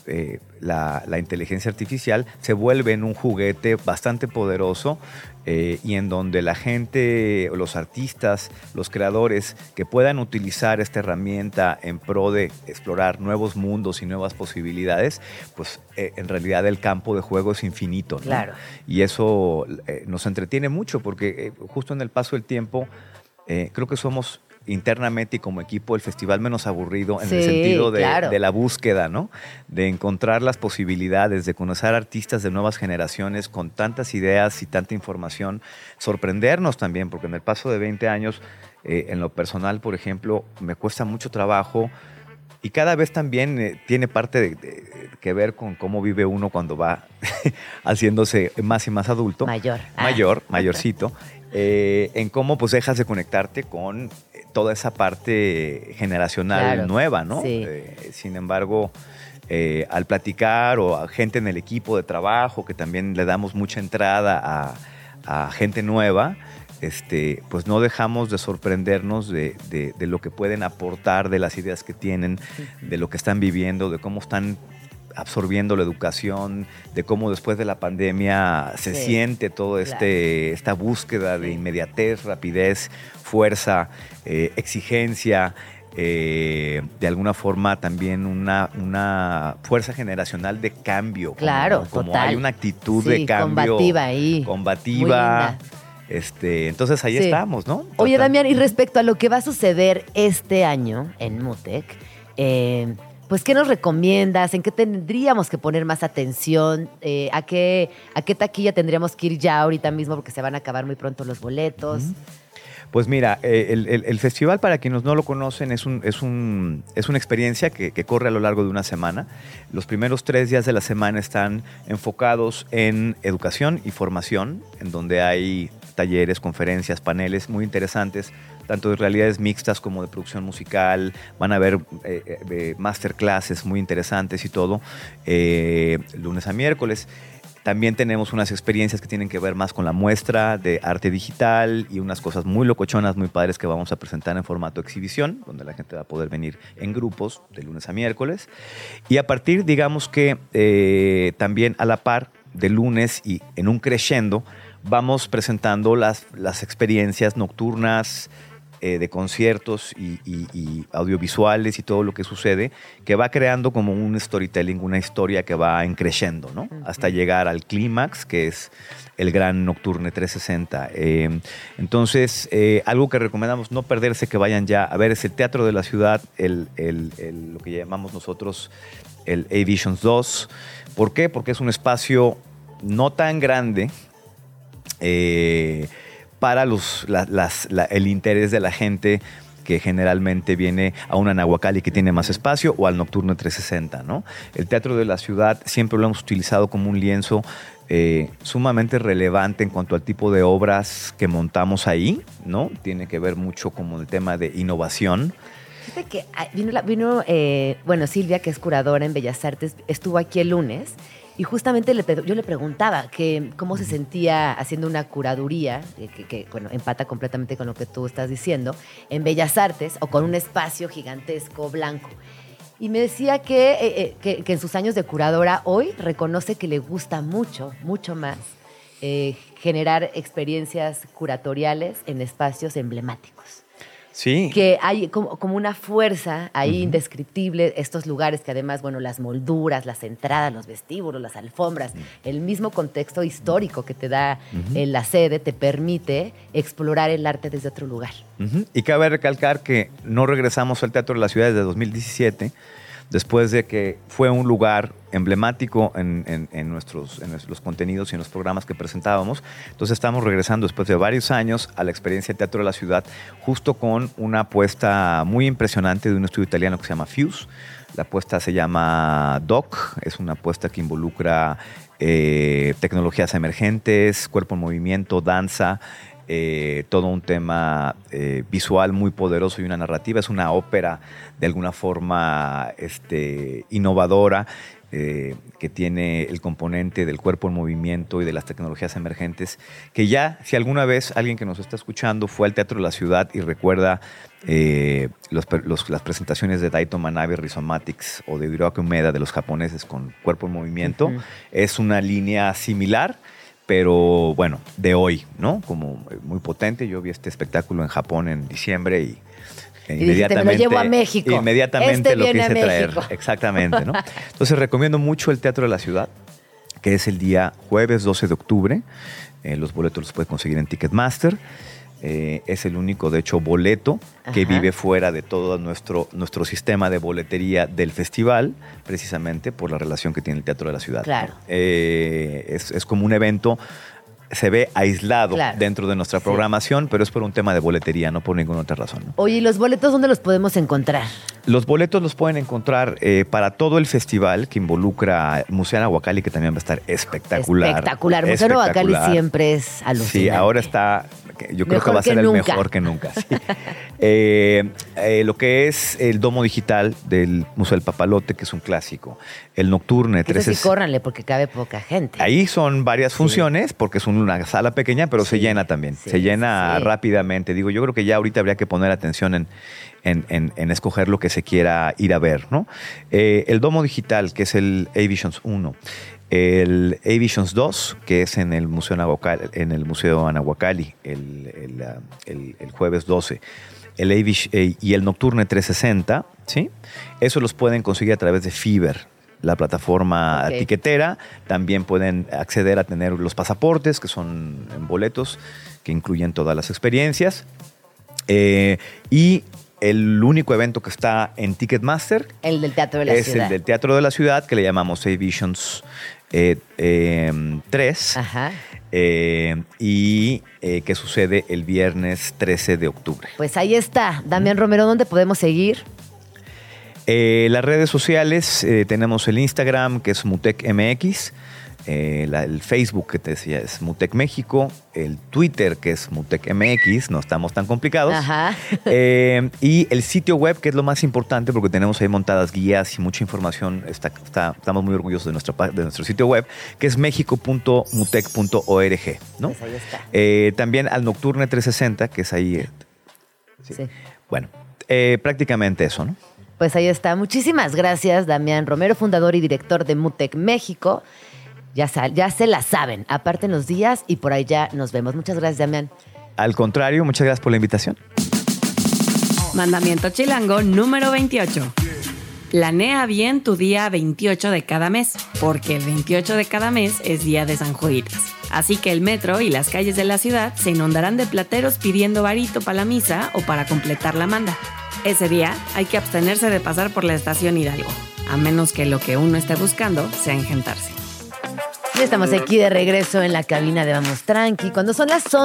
la inteligencia artificial se vuelve en un juguete bastante poderoso y en donde la gente, los artistas, los creadores que puedan utilizar esta herramienta en pro de explorar nuevos mundos y nuevas posibilidades, pues en realidad el campo de juego es infinito, ¿no?
Claro.
Y eso nos entretiene mucho porque justo en el paso del tiempo creo que somos internamente y como equipo el festival menos aburrido en el sentido de la búsqueda, ¿no? De encontrar las posibilidades, de conocer artistas de nuevas generaciones con tantas ideas y tanta información, sorprendernos también, porque en el paso de 20 años, en lo personal, por ejemplo, me cuesta mucho trabajo y cada vez también tiene parte que ver con cómo vive uno cuando va haciéndose más y más adulto. Mayorcito. En cómo pues dejas de conectarte con toda esa parte generacional nueva, ¿no?
Sí.
Sin embargo, al platicar o a gente en el equipo de trabajo, que también le damos mucha entrada a gente nueva, pues no dejamos de sorprendernos de lo que pueden aportar, de las ideas que tienen, de lo que están viviendo, de cómo están absorbiendo la educación, de cómo después de la pandemia se siente todo esta búsqueda de inmediatez, rapidez, fuerza, exigencia, de alguna forma también una fuerza generacional de cambio.
Claro,
como
total.
hay una actitud de cambio.
Combativa ahí.
Combativa. Entonces ahí estamos, ¿no?
Oye, Damián, y respecto a lo que va a suceder este año en MUTEC, pues, ¿qué nos recomiendas? ¿En qué tendríamos que poner más atención? ¿A qué taquilla tendríamos que ir ya ahorita mismo? Porque se van a acabar muy pronto los boletos.
Pues mira, el festival, para quienes no lo conocen, es una experiencia que corre a lo largo de una semana. Los primeros 3 días de la semana están enfocados en educación y formación, en donde hay talleres, conferencias, paneles muy interesantes, tanto de realidades mixtas como de producción musical. Van a haber masterclasses muy interesantes y todo, lunes a miércoles. También tenemos unas experiencias que tienen que ver más con la muestra de arte digital y unas cosas muy locochonas, muy padres que vamos a presentar en formato exhibición, donde la gente va a poder venir en grupos de lunes a miércoles. Y a partir, digamos que también a la par de lunes y en un crescendo, vamos presentando las experiencias nocturnas, de conciertos y audiovisuales y todo lo que sucede, que va creando como un storytelling, una historia que va creciendo, ¿no? Hasta llegar al clímax, que es el gran Nocturne 360. Entonces, algo que recomendamos no perderse, que vayan ya a ver, es el Teatro de la Ciudad, lo que llamamos nosotros el A-Visions 2. ¿Por qué? Porque es un espacio no tan grande, para el interés de la gente que generalmente viene a una Nahuacali que tiene más espacio o al Nocturno 360, ¿no? El Teatro de la Ciudad siempre lo hemos utilizado como un lienzo sumamente relevante en cuanto al tipo de obras que montamos ahí, ¿no? Tiene que ver mucho con el tema de innovación.
Fíjate que vino Silvia, que es curadora en Bellas Artes, estuvo aquí el lunes. Y justamente yo le preguntaba cómo se sentía haciendo una curaduría, que empata completamente con lo que tú estás diciendo, en Bellas Artes o con un espacio gigantesco blanco. Y me decía que en sus años de curadora hoy reconoce que le gusta mucho más generar experiencias curatoriales en espacios emblemáticos.
Sí.
Que hay como una fuerza ahí indescriptible, estos lugares que además, las molduras, las entradas, los vestíbulos, las alfombras, el mismo contexto histórico que te da la sede te permite explorar el arte desde otro lugar.
Y cabe recalcar que no regresamos al Teatro de la Ciudad desde 2017, después de que fue un lugar emblemático en los contenidos y en los programas que presentábamos. Entonces estamos regresando después de varios años a la experiencia de Teatro de la Ciudad, justo con una apuesta muy impresionante de un estudio italiano que se llama Fuse. La apuesta se llama DOC, es una apuesta que involucra tecnologías emergentes, cuerpo en movimiento, danza, todo un tema visual muy poderoso y una narrativa. Es una ópera de alguna forma innovadora, que tiene el componente del cuerpo en movimiento y de las tecnologías emergentes, que ya, si alguna vez alguien que nos está escuchando fue al Teatro de la Ciudad y recuerda las presentaciones de Daito Manabe Rhizomatics o de Hiroaki Umeda de los japoneses con cuerpo en movimiento, es una línea similar, pero bueno, de hoy, ¿no? Como muy potente. Yo vi este espectáculo en Japón en diciembre y inmediatamente,
me lo llevo a México.
Inmediatamente lo
viene
quise
a
traer.
México.
Exactamente, ¿no? Entonces recomiendo mucho el Teatro de la Ciudad, que es el día jueves 12 de octubre. Los boletos los puedes conseguir en Ticketmaster. Es el único, de hecho, boleto que vive fuera de todo nuestro sistema de boletería del festival, precisamente por la relación que tiene el Teatro de la Ciudad.
Claro.
Es como un evento. Se ve aislado dentro de nuestra programación, pero es por un tema de boletería, no por ninguna otra razón, ¿no?
Oye, ¿y los boletos dónde los podemos encontrar?
Los boletos los pueden encontrar para todo el festival que involucra Museo Anahuacalli, que también va a estar espectacular.
Espectacular. Museo Anahuacalli siempre es alucinante.
Sí, ahora está, yo creo que va a ser el mejor que nunca. Sí. Lo que es el domo digital del Museo del Papalote, que es un clásico. El Nocturne.
Sí, córranle, porque cabe poca gente.
Ahí son varias funciones, porque es una sala pequeña, pero se llena también. Se llena rápidamente. Digo, yo creo que ya ahorita habría que poner atención en escoger lo que se quiera ir a ver, ¿no? El domo digital, que es el A-Visions 1. El A-Visions 2, que es en el Museo Anahuacalli, el jueves 12. Y el Nocturne 360, ¿sí? Eso los pueden conseguir a través de Fiverr, la plataforma tiquetera. También pueden acceder a tener los pasaportes, que son boletos que incluyen todas las experiencias. Y el único evento que está en Ticketmaster,
el del Teatro de la Ciudad.
Es el del Teatro de la Ciudad, que le llamamos A-Visions 3. Y que sucede el viernes 13 de octubre.
Pues ahí está. Damián Romero, ¿dónde podemos seguir?
Las redes sociales, tenemos el Instagram, que es MutecMX, el Facebook, que te decía, es Mutec México, el Twitter, que es MutecMX, no estamos tan complicados. Y el sitio web, que es lo más importante, porque tenemos ahí montadas guías y mucha información. Estamos muy orgullosos de nuestro sitio web, que es mexico.mutec.org, ¿no?
Pues ahí está.
También al Nocturne 360, que es ahí. Sí. Bueno, prácticamente eso, ¿no?
Pues ahí está. Muchísimas gracias, Damián Romero, fundador y director de Mutec México. Ya se la saben. Aparten los días y por ahí ya nos vemos. Muchas gracias, Damián.
Al contrario, muchas gracias por la invitación.
Mandamiento chilango número 28. Planea bien tu día 28 de cada mes, porque el 28 de cada mes es día de San Juditas. Así que el metro y las calles de la ciudad se inundarán de plateros pidiendo varito para la misa o para completar la manda. Ese día hay que abstenerse de pasar por la estación Hidalgo, a menos que lo que uno esté buscando sea engentarse.
Ya estamos aquí de regreso en la cabina de Vamos Tranqui, cuando son las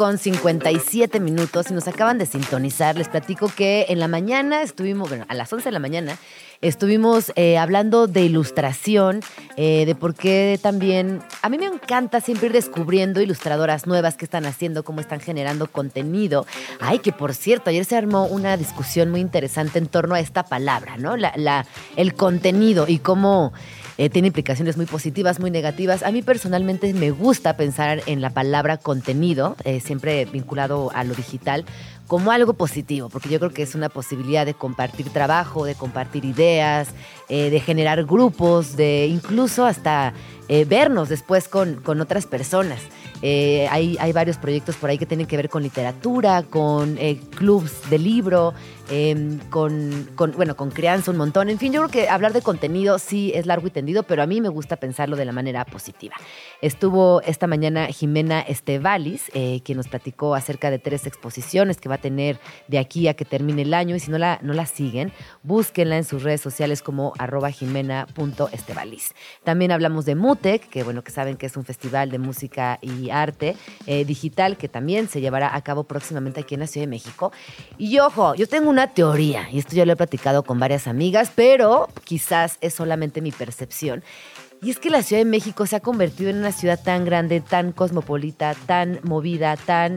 11:57 y nos acaban de sintonizar. Les platico que en la mañana a las 11 de la mañana, estuvimos hablando de ilustración, de por qué también... A mí me encanta siempre ir descubriendo ilustradoras nuevas que están haciendo, cómo están generando contenido. Ay, que por cierto, ayer se armó una discusión muy interesante en torno a esta palabra, ¿no? El contenido y cómo... tiene implicaciones muy positivas, muy negativas. A mí personalmente me gusta pensar en la palabra contenido, siempre vinculado a lo digital, como algo positivo, porque yo creo que es una posibilidad de compartir trabajo, de compartir ideas, de generar grupos, de incluso hasta vernos después con otras personas. Hay varios proyectos por ahí que tienen que ver con literatura, con clubs de libro, con crianza un montón. En fin, yo creo que hablar de contenido sí es largo y tendido, pero a mí me gusta pensarlo de la manera positiva. Estuvo esta mañana Jimena Estevalis, quien nos platicó acerca de 3 exposiciones que va a tener de aquí a que termine el año, y si no la siguen, búsquenla en sus redes sociales como @jimena.estevalis. También hablamos de Mutec, que saben que es un festival de música y arte digital que también se llevará a cabo próximamente aquí en la Ciudad de México. Y ojo, yo tengo una teoría, y esto ya lo he platicado con varias amigas, pero quizás es solamente mi percepción. Y es que la Ciudad de México se ha convertido en una ciudad tan grande, tan cosmopolita, tan movida, tan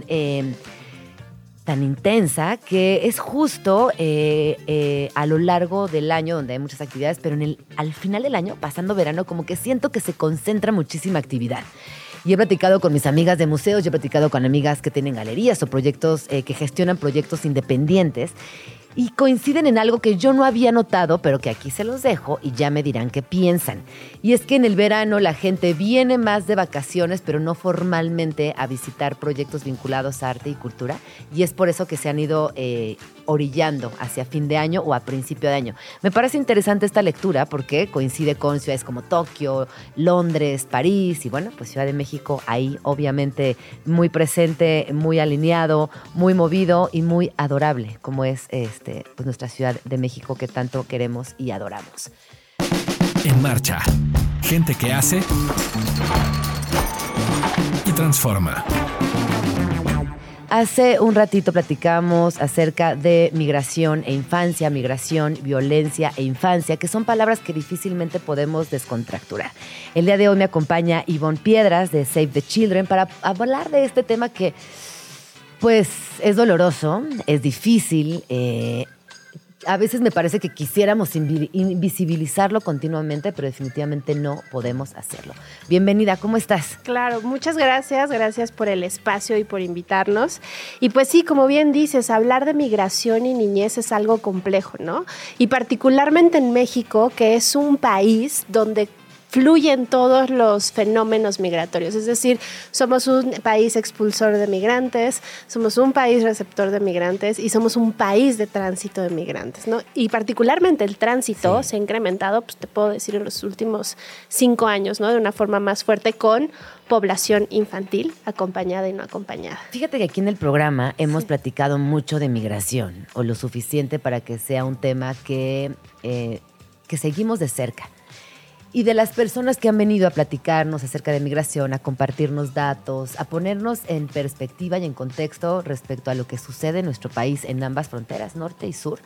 intensa, que es justo a lo largo del año donde hay muchas actividades, pero al final del año, pasando verano, como que siento que se concentra muchísima actividad. Y he platicado con mis amigas de museos, yo he platicado con amigas que tienen galerías o proyectos que gestionan proyectos independientes y coinciden en algo que yo no había notado, pero que aquí se los dejo y ya me dirán qué piensan. Y es que en el verano la gente viene más de vacaciones, pero no formalmente a visitar proyectos vinculados a arte y cultura, y es por eso que se han ido orillando hacia fin de año o a principio de año. Me parece interesante esta lectura porque coincide con ciudades como Tokio, Londres, París y bueno, pues Ciudad de México ahí obviamente muy presente, muy alineado, muy movido y muy adorable, como es pues nuestra Ciudad de México que tanto queremos y adoramos.
En marcha. Gente que hace y transforma.
Hace un ratito platicamos acerca de migración e infancia, migración, violencia e infancia, que son palabras que difícilmente podemos descontracturar. El día de hoy me acompaña Ivonne Piedras de Save the Children para hablar de este tema que pues es doloroso, es difícil, a veces me parece que quisiéramos invisibilizarlo continuamente, pero definitivamente no podemos hacerlo. Bienvenida, ¿cómo estás?
Claro, muchas gracias por el espacio y por invitarnos. Y pues sí, como bien dices, hablar de migración y niñez es algo complejo, ¿no? Y particularmente en México, que es un país donde fluyen todos los fenómenos migratorios, es decir, somos un país expulsor de migrantes, somos un país receptor de migrantes y somos un país de tránsito de migrantes, ¿no? Y particularmente el tránsito se ha incrementado, pues te puedo decir, en los últimos 5 años, ¿no? De una forma más fuerte con población infantil, acompañada y no acompañada.
Fíjate que aquí en el programa hemos platicado mucho de migración, o lo suficiente para que sea un tema que seguimos de cerca. Y de las personas que han venido a platicarnos acerca de migración, a compartirnos datos, a ponernos en perspectiva y en contexto respecto a lo que sucede en nuestro país en ambas fronteras, norte y sur,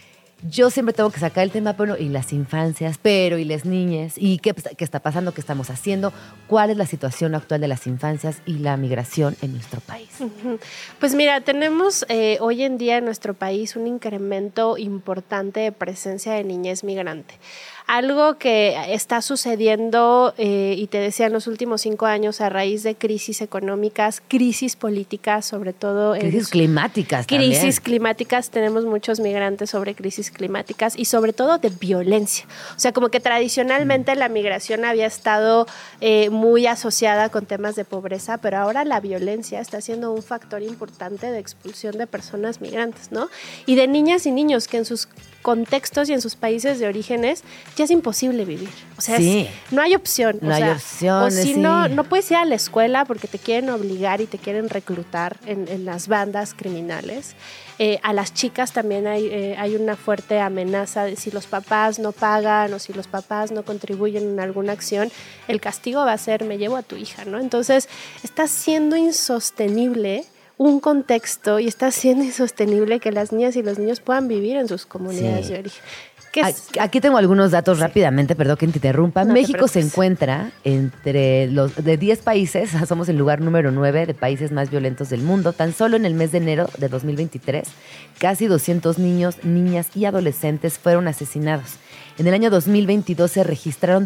yo siempre tengo que sacar el tema, bueno, y las infancias, pero y las niñas, y qué está pasando, qué estamos haciendo, cuál es la situación actual de las infancias y la migración en nuestro país.
Pues mira, tenemos hoy en día en nuestro país un incremento importante de presencia de niñez migrante. Algo que está sucediendo, y te decía, en los últimos 5 años a raíz de crisis económicas, crisis políticas, sobre todo.
Crisis climáticas también.
Crisis climáticas, tenemos muchos migrantes sobre crisis climáticas y sobre todo de violencia. O sea, como que tradicionalmente la migración había estado muy asociada con temas de pobreza, pero ahora la violencia está siendo un factor importante de expulsión de personas migrantes, ¿no? Y de niñas y niños que en sus contextos y en sus países de orígenes ya es imposible vivir. O sea, no hay opción.
No hay opción.
O si no puedes ir a la escuela porque te quieren obligar y te quieren reclutar en las bandas criminales. A las chicas también hay una fuerte amenaza de si los papás no pagan o si los papás no contribuyen en alguna acción, el castigo va a ser me llevo a tu hija, ¿no? Entonces está siendo insostenible un contexto y está siendo insostenible que las niñas y los niños puedan vivir en sus comunidades de origen.
Aquí tengo algunos datos rápidamente, perdón que te interrumpa. No México se encuentra entre los de 10 países, somos el lugar número 9 de países más violentos del mundo. Tan solo en el mes de enero de 2023, casi 200 niños, niñas y adolescentes fueron asesinados. En el año 2022 se registraron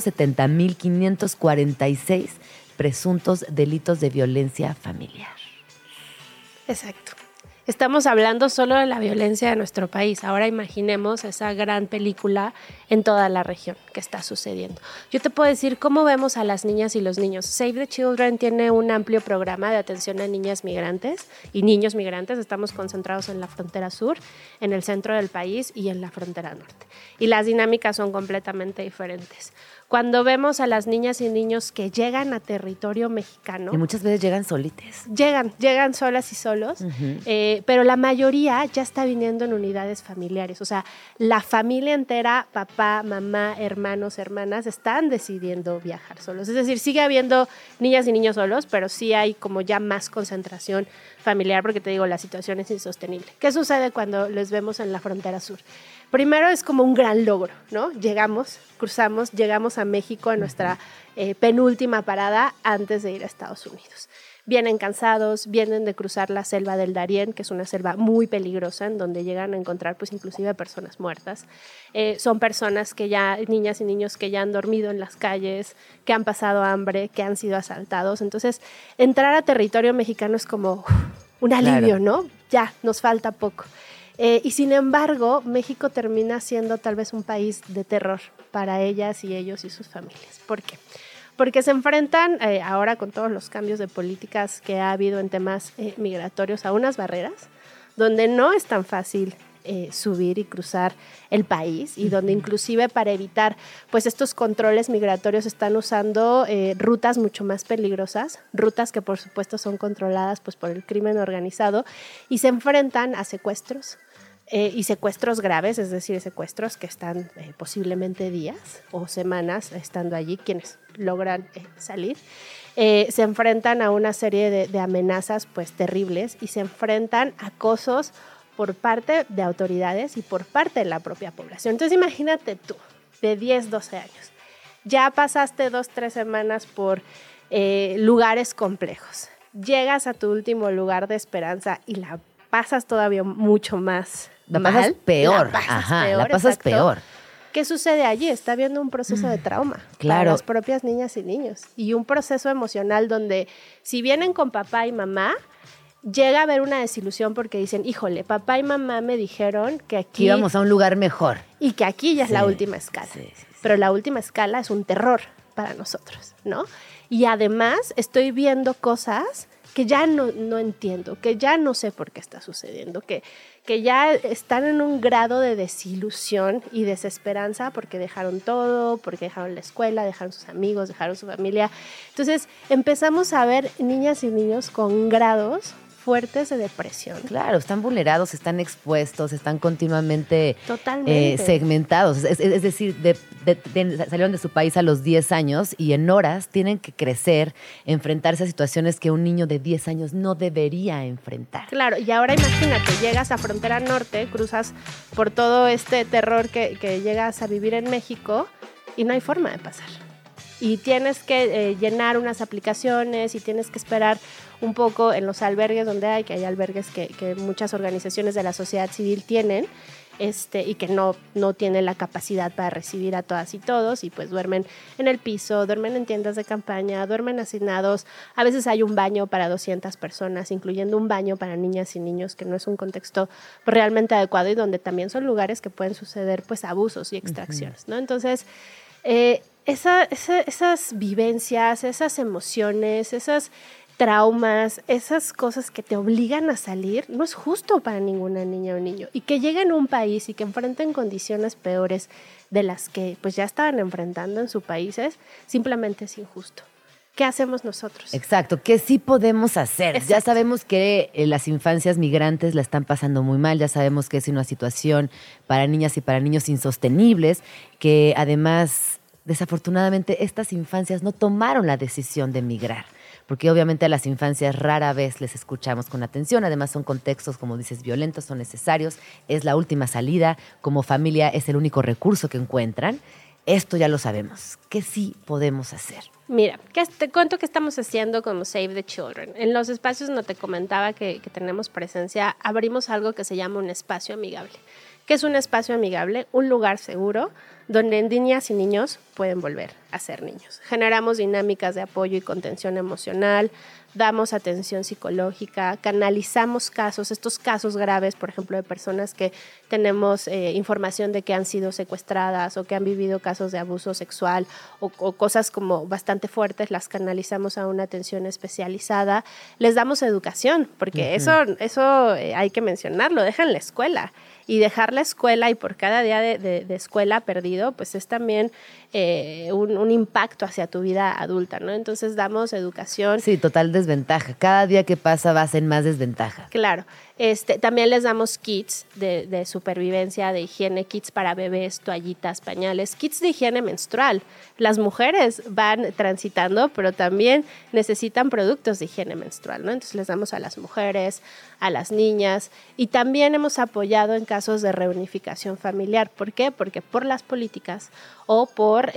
270,546 presuntos delitos de violencia familiar.
Exacto. Estamos hablando solo de la violencia de nuestro país. Ahora imaginemos esa gran película en toda la región que está sucediendo. Yo te puedo decir cómo vemos a las niñas y los niños. Save the Children tiene un amplio programa de atención a niñas migrantes y niños migrantes. Estamos concentrados en la frontera sur, en el centro del país y en la frontera norte. Y las dinámicas son completamente diferentes. Cuando vemos a las niñas y niños que llegan a territorio mexicano.
Y muchas veces llegan solites.
Llegan solas y solos. pero la mayoría ya está viniendo en unidades familiares. O sea, la familia entera, papá, mamá, hermanos, hermanas, están decidiendo viajar solos. Es decir, sigue habiendo niñas y niños solos, pero sí hay como ya más concentración familiar, porque te digo, la situación es insostenible. ¿Qué sucede cuando les vemos en la frontera sur? Primero es como un gran logro, ¿no? Cruzamos, llegamos a México en nuestra penúltima parada antes de ir a Estados Unidos. Vienen cansados, vienen de cruzar la selva del Darién, que es una selva muy peligrosa, en donde llegan a encontrar pues inclusive personas muertas. Son personas que ya, niñas y niños que ya han dormido en las calles, que han pasado hambre, que han sido asaltados. Entonces, entrar a territorio mexicano es como un alivio, ¿no? Ya, nos falta poco. Y sin embargo, México termina siendo tal vez un país de terror para ellas y ellos y sus familias. ¿Por qué? Porque se enfrentan ahora con todos los cambios de políticas que ha habido en temas migratorios a unas barreras donde no es tan fácil subir y cruzar el país y donde inclusive para evitar pues estos controles migratorios están usando rutas mucho más peligrosas, rutas que por supuesto son controladas pues por el crimen organizado y se enfrentan a secuestros. Y secuestros graves, es decir, secuestros que están posiblemente días o semanas estando allí, quienes logran salir. Se enfrentan a una serie de amenazas pues terribles y se enfrentan a acosos por parte de autoridades y por parte de la propia población. Entonces imagínate tú, de 10, 12 años, ya pasaste 2-3 semanas por lugares complejos, llegas a tu último lugar de esperanza y la pasas todavía mucho más
La
mal.
pasas peor. La pasas
exacto.
peor.
¿Qué sucede allí? Está habiendo un proceso de trauma
Claro.
para las propias niñas y niños y un proceso emocional donde si vienen con papá y mamá, llega a haber una desilusión porque dicen, híjole, papá y mamá me dijeron que aquí...
Que íbamos a un lugar mejor.
Y que aquí ya es
Sí,
la última escala.
sí.
Pero la última escala es un terror para nosotros, ¿no? Y además estoy viendo cosas que ya no entiendo, que ya no sé por qué está sucediendo, que ya están en un grado de desilusión y desesperanza porque dejaron todo, porque dejaron la escuela, dejaron sus amigos, dejaron su familia. Entonces empezamos a ver niñas y niños con grados fuertes de depresión.
Claro, están vulnerados, están expuestos, están continuamente
Totalmente.
segmentados. Es decir, salieron de su país a los 10 años y en horas tienen que crecer, enfrentarse a situaciones que un niño de 10 años no debería enfrentar.
Claro, y ahora imagínate, llegas a Frontera Norte, cruzas por todo este terror que llegas a vivir en México y no hay forma de pasar. Y tienes que llenar unas aplicaciones y tienes que esperar un poco en los albergues donde hay albergues que muchas organizaciones de la sociedad civil tienen y que no tienen la capacidad para recibir a todas y todos y pues duermen en el piso, duermen en tiendas de campaña, duermen hacinados. A veces hay un baño para 200 personas, incluyendo un baño para niñas y niños, que no es un contexto pues, realmente adecuado y donde también son lugares que pueden suceder pues abusos y extracciones, ¿no? Entonces, esas vivencias, esas emociones, esas traumas, esas cosas que te obligan a salir, no es justo para ninguna niña o niño. Y que lleguen a un país y que enfrenten condiciones peores de las que pues ya estaban enfrentando en sus países, simplemente es injusto. ¿Qué hacemos nosotros?
Exacto, ¿qué sí podemos hacer?
Exacto.
Ya sabemos que las infancias migrantes la están pasando muy mal, ya sabemos que es una situación para niñas y para niños insostenibles, que además, desafortunadamente, estas infancias no tomaron la decisión de migrar. Porque obviamente a las infancias rara vez les escuchamos con atención, además son contextos, como dices, violentos, son necesarios, es la última salida, como familia es el único recurso que encuentran. Esto ya lo sabemos. ¿Qué sí podemos hacer?
Mira, te cuento qué estamos haciendo como Save the Children. En los espacios donde te comentaba que tenemos presencia, abrimos algo que se llama un espacio amigable. ¿Qué es un espacio amigable? Un lugar seguro donde niñas y niños pueden volver a ser niños. Generamos dinámicas de apoyo y contención emocional, damos atención psicológica, canalizamos estos casos graves, por ejemplo, de personas que tenemos información de que han sido secuestradas o que han vivido casos de abuso sexual o cosas como bastante fuertes, las canalizamos a una atención especializada. Les damos educación, porque eso hay que mencionarlo, dejan la escuela. Y dejar la escuela y por cada día de escuela perdido, pues es también un impacto hacia tu vida adulta, ¿no? Entonces damos educación.
Sí, total desventaja. Cada día que pasa vas en más desventaja.
Claro. También les damos kits de supervivencia, de higiene, kits para bebés, toallitas, pañales, kits de higiene menstrual. Las mujeres van transitando, pero también necesitan productos de higiene menstrual, ¿no? Entonces les damos a las mujeres, a las niñas, y también hemos apoyado en casos de reunificación familiar. ¿Por qué? Porque por las políticas o por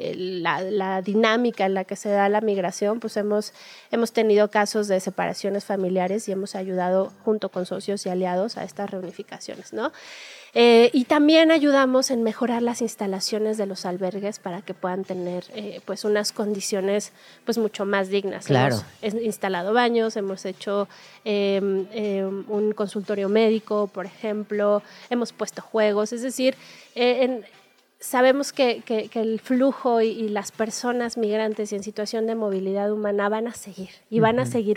la dinámica en la que se da la migración, pues hemos tenido casos de separaciones familiares y hemos ayudado junto con socios y aliados a estas reunificaciones, ¿no? Y también ayudamos en mejorar las instalaciones de los albergues para que puedan tener pues unas condiciones pues mucho más dignas.
Claro.
Hemos instalado baños, hemos hecho un consultorio médico, por ejemplo, hemos puesto juegos, es decir, sabemos que el flujo y las personas migrantes y en situación de movilidad humana van a seguir y van a seguir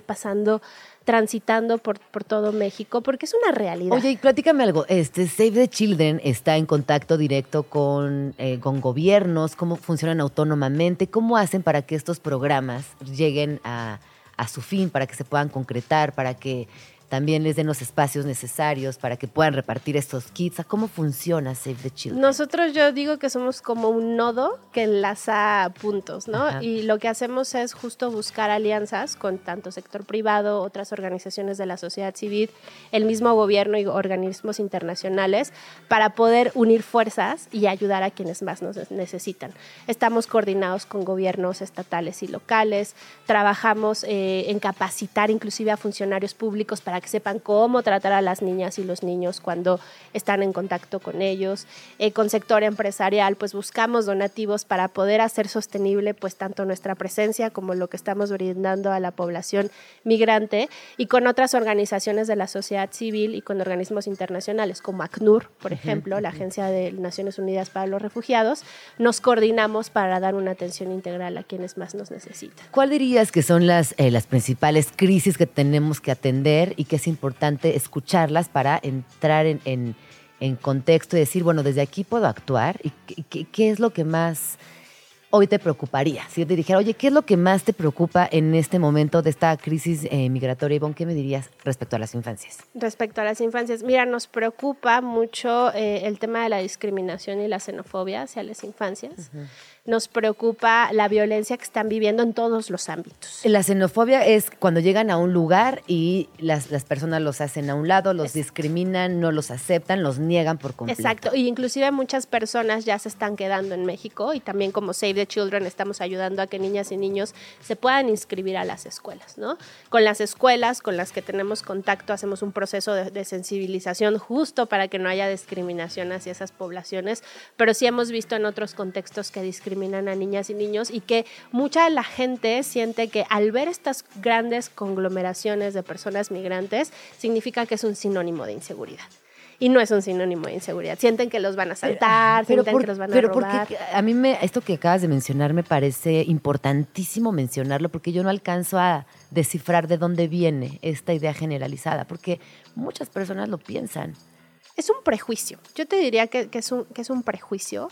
transitando por todo México, porque es una realidad.
Oye, y platícame algo. Save the Children está en contacto directo con gobiernos, cómo funcionan autónomamente, cómo hacen para que estos programas lleguen a su fin, para que se puedan concretar, para que también les den los espacios necesarios para que puedan repartir estos kits. ¿Cómo funciona Save the Children?
Nosotros, yo digo que somos como un nodo que enlaza puntos, ¿no? Ajá. Y lo que hacemos es justo buscar alianzas con tanto sector privado, otras organizaciones de la sociedad civil, el mismo gobierno y organismos internacionales para poder unir fuerzas y ayudar a quienes más nos necesitan. Estamos coordinados con gobiernos estatales y locales, trabajamos en capacitar inclusive a funcionarios públicos para que sepan cómo tratar a las niñas y los niños cuando están en contacto con ellos. Con sector empresarial, pues buscamos donativos para poder hacer sostenible pues tanto nuestra presencia como lo que estamos brindando a la población migrante, y con otras organizaciones de la sociedad civil y con organismos internacionales como ACNUR, por ejemplo, la Agencia de Naciones Unidas para los Refugiados, nos coordinamos para dar una atención integral a quienes más nos necesitan.
¿Cuál dirías que son las principales crisis que tenemos que atender y que es importante escucharlas para entrar en contexto y decir, bueno, desde aquí puedo actuar? ¿Y qué es lo que más hoy te preocuparía? Si yo te dijera, oye, ¿qué es lo que más te preocupa en este momento de esta crisis migratoria, Ivonne? ¿Qué me dirías respecto a las infancias?
Respecto a las infancias, mira, nos preocupa mucho el tema de la discriminación y la xenofobia hacia las infancias. Uh-huh. Nos preocupa la violencia que están viviendo en todos los ámbitos.
La xenofobia es cuando llegan a un lugar y las personas los hacen a un lado, los discriminan, no los aceptan, los niegan por completo.
Exacto, y inclusive muchas personas ya se están quedando en México, y también como Save the Children estamos ayudando a que niñas y niños se puedan inscribir a las escuelas, ¿no? Con las escuelas con las que tenemos contacto hacemos un proceso de sensibilización justo para que no haya discriminación hacia esas poblaciones, pero sí hemos visto en otros contextos que discriminan a niñas y niños, y que mucha de la gente siente que al ver estas grandes conglomeraciones de personas migrantes significa que es un sinónimo de inseguridad. Y no es un sinónimo de inseguridad. Sienten que los van a asaltar, sienten que los van a robar.
Porque a mí esto que acabas de mencionar me parece importantísimo mencionarlo, porque yo no alcanzo a descifrar de dónde viene esta idea generalizada, porque muchas personas lo piensan.
Es un prejuicio. Yo te diría que es un prejuicio.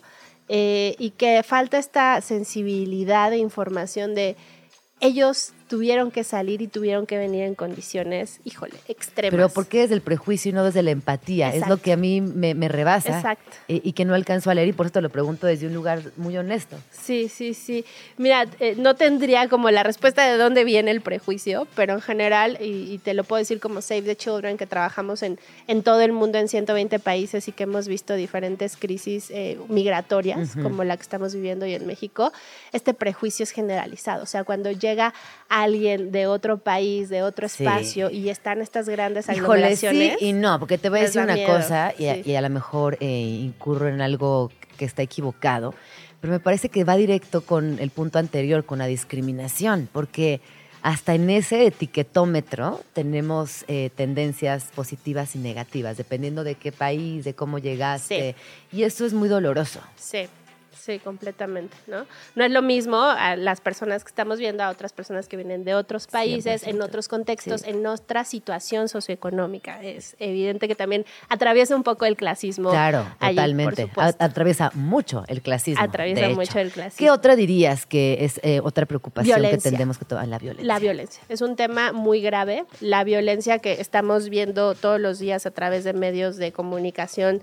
Y que falta esta sensibilidad de información de ellos tuvieron que salir y tuvieron que venir en condiciones, híjole, extremas.
Pero ¿por qué desde el prejuicio y no desde la empatía?
Exacto.
Es lo que a mí me rebasa.
Exacto.
Y que no alcanzo a leer, y por eso te lo pregunto desde un lugar muy honesto.
Sí. Mira, no tendría como la respuesta de dónde viene el prejuicio, pero en general, y te lo puedo decir como Save the Children, que trabajamos en todo el mundo, en 120 países, y que hemos visto diferentes crisis migratorias, uh-huh, como la que estamos viviendo hoy en México. Este prejuicio es generalizado. O sea, cuando llega alguien de otro país, de otro espacio, y están estas grandes aglomeraciones.
Híjole, sí y no, porque te voy a decir una cosa,
sí,
y a lo mejor incurro en algo que está equivocado, pero me parece que va directo con el punto anterior, con la discriminación, porque hasta en ese etiquetómetro tenemos tendencias positivas y negativas, dependiendo de qué país, de cómo llegaste, y eso es muy doloroso.
Sí. Sí, completamente, ¿no? No es lo mismo a las personas que estamos viendo a otras personas que vienen de otros países,
100%.
en otros contextos,
Sí.
en otra situación socioeconómica. Es evidente que también atraviesa un poco el clasismo.
Claro,
allí,
totalmente.
por supuesto.
Atraviesa mucho el clasismo.
Atraviesa
de hecho.
mucho el clasismo.
¿Qué otra dirías que es otra preocupación
Violencia.
que tendremos que tomar? La violencia.
La violencia. Es un tema muy grave. La violencia que estamos viendo todos los días a través de medios de comunicación,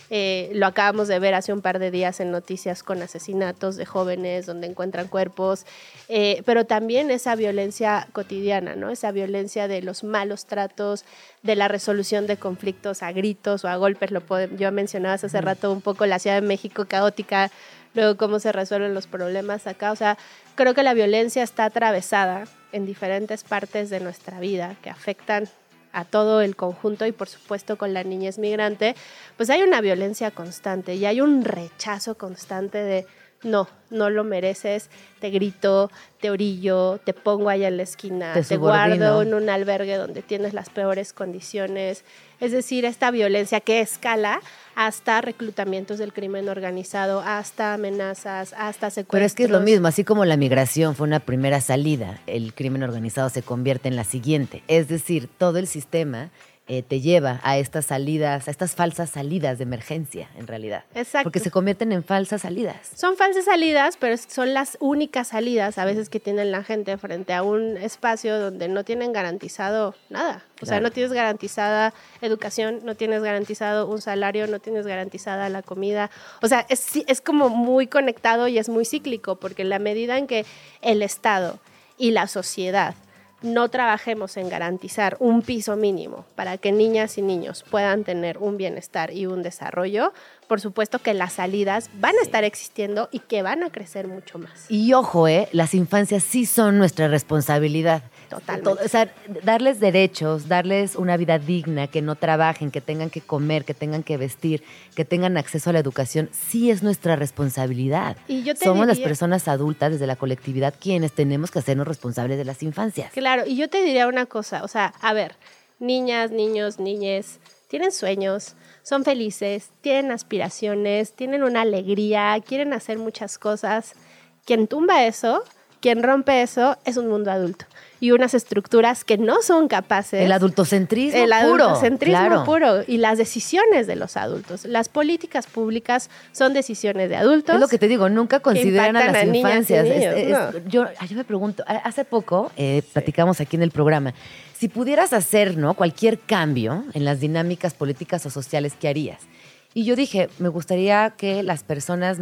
lo acabamos de ver hace un par de días en noticias con asesinatos de jóvenes donde encuentran cuerpos, pero también esa violencia cotidiana, ¿no? Esa violencia de los malos tratos, de la resolución de conflictos a gritos o a golpes. Yo mencionaba hace rato un poco la Ciudad de México caótica, luego cómo se resuelven los problemas acá. O sea, creo que la violencia está atravesada en diferentes partes de nuestra vida que afectan a todo el conjunto y por supuesto con la niñez migrante, pues hay una violencia constante y hay un rechazo constante de no lo mereces, te grito, te orillo, te pongo allá en la esquina, te guardo en un albergue donde tienes las peores condiciones. Es decir, esta violencia que escala hasta reclutamientos del crimen organizado, hasta amenazas, hasta secuestros.
Pero es que es lo mismo, así como la migración fue una primera salida, el crimen organizado se convierte en la siguiente. Es decir, todo el sistema te lleva a estas salidas, a estas falsas salidas de emergencia, en realidad.
Exacto.
Porque se convierten en falsas salidas.
Son falsas salidas, pero son las únicas salidas a veces que tiene la gente frente a un espacio donde no tienen garantizado nada. O sea, no tienes garantizada educación, no tienes garantizado un salario, no tienes garantizada la comida. O sea, es como muy conectado y es muy cíclico, porque en la medida en que el Estado y la sociedad no trabajemos en garantizar un piso mínimo para que niñas y niños puedan tener un bienestar y un desarrollo, por supuesto que las salidas van a estar existiendo y que van a crecer mucho más.
Y ojo, las infancias sí son nuestra responsabilidad.
Totalmente.
O sea, darles derechos, darles una vida digna, que no trabajen, que tengan que comer, que tengan que vestir, que tengan acceso a la educación, sí es nuestra responsabilidad.
Y yo te
Somos las
diría-
personas adultas desde la colectividad quienes tenemos que hacernos responsables de las infancias.
Claro, y yo te diría una cosa, o sea, a ver, niñas, niños, niñes, tienen sueños, son felices, tienen aspiraciones, tienen una alegría, quieren hacer muchas cosas. Quien tumba eso, quien rompe eso, es un mundo adulto. Y unas estructuras que no son capaces.
El adultocentrismo
El
puro.
adultocentrismo
claro.
puro. Y las decisiones de los adultos. Las políticas públicas son decisiones de adultos.
Es lo que te digo, nunca consideran a
impactan
las
a niñas y
infancias.
niños, no.
Yo me pregunto, hace poco platicamos aquí en el programa, si pudieras hacer, ¿no?, cualquier cambio en las dinámicas políticas o sociales, ¿qué harías? Y yo dije, me gustaría que las personas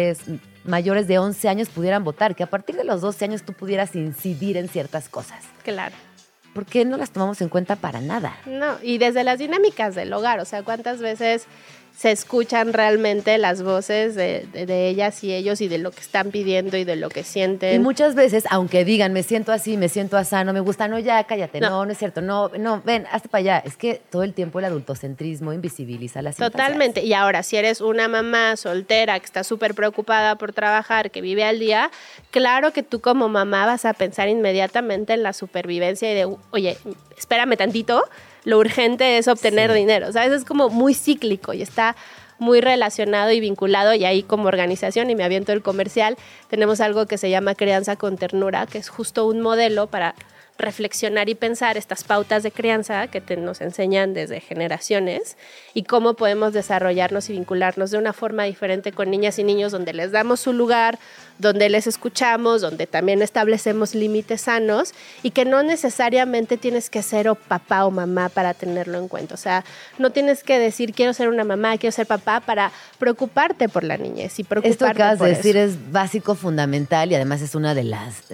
mayores de 11 años pudieran votar, que a partir de los 12 años tú pudieras incidir en ciertas cosas.
Claro.
¿Por qué no las tomamos en cuenta para nada?
No, y desde las dinámicas del hogar, o sea, ¿cuántas veces se escuchan realmente las voces de ellas y ellos y de lo que están pidiendo y de lo que sienten?
Y muchas veces, aunque digan, me siento así, me siento así, no me gusta, no, ya, cállate, no es cierto, no, ven, hazte para allá. Es que todo el tiempo el adultocentrismo invisibiliza las infancias.
Totalmente. Y ahora, si eres una mamá soltera que está súper preocupada por trabajar, que vive al día, claro que tú como mamá vas a pensar inmediatamente en la supervivencia y de, oye, espérame tantito, lo urgente es obtener dinero, ¿sabes? Es como muy cíclico y está muy relacionado y vinculado, y ahí como organización, y me aviento el comercial, tenemos algo que se llama Crianza con Ternura, que es justo un modelo para reflexionar y pensar estas pautas de crianza que nos enseñan desde generaciones y cómo podemos desarrollarnos y vincularnos de una forma diferente con niñas y niños, donde les damos su lugar, donde les escuchamos, donde también establecemos límites sanos y que no necesariamente tienes que ser o papá o mamá para tenerlo en cuenta. O sea, no tienes que decir quiero ser una mamá, quiero ser papá para preocuparte por la niñez y preocuparte
Esto que acabas
por
de decir
eso.
es básico, fundamental y además es una de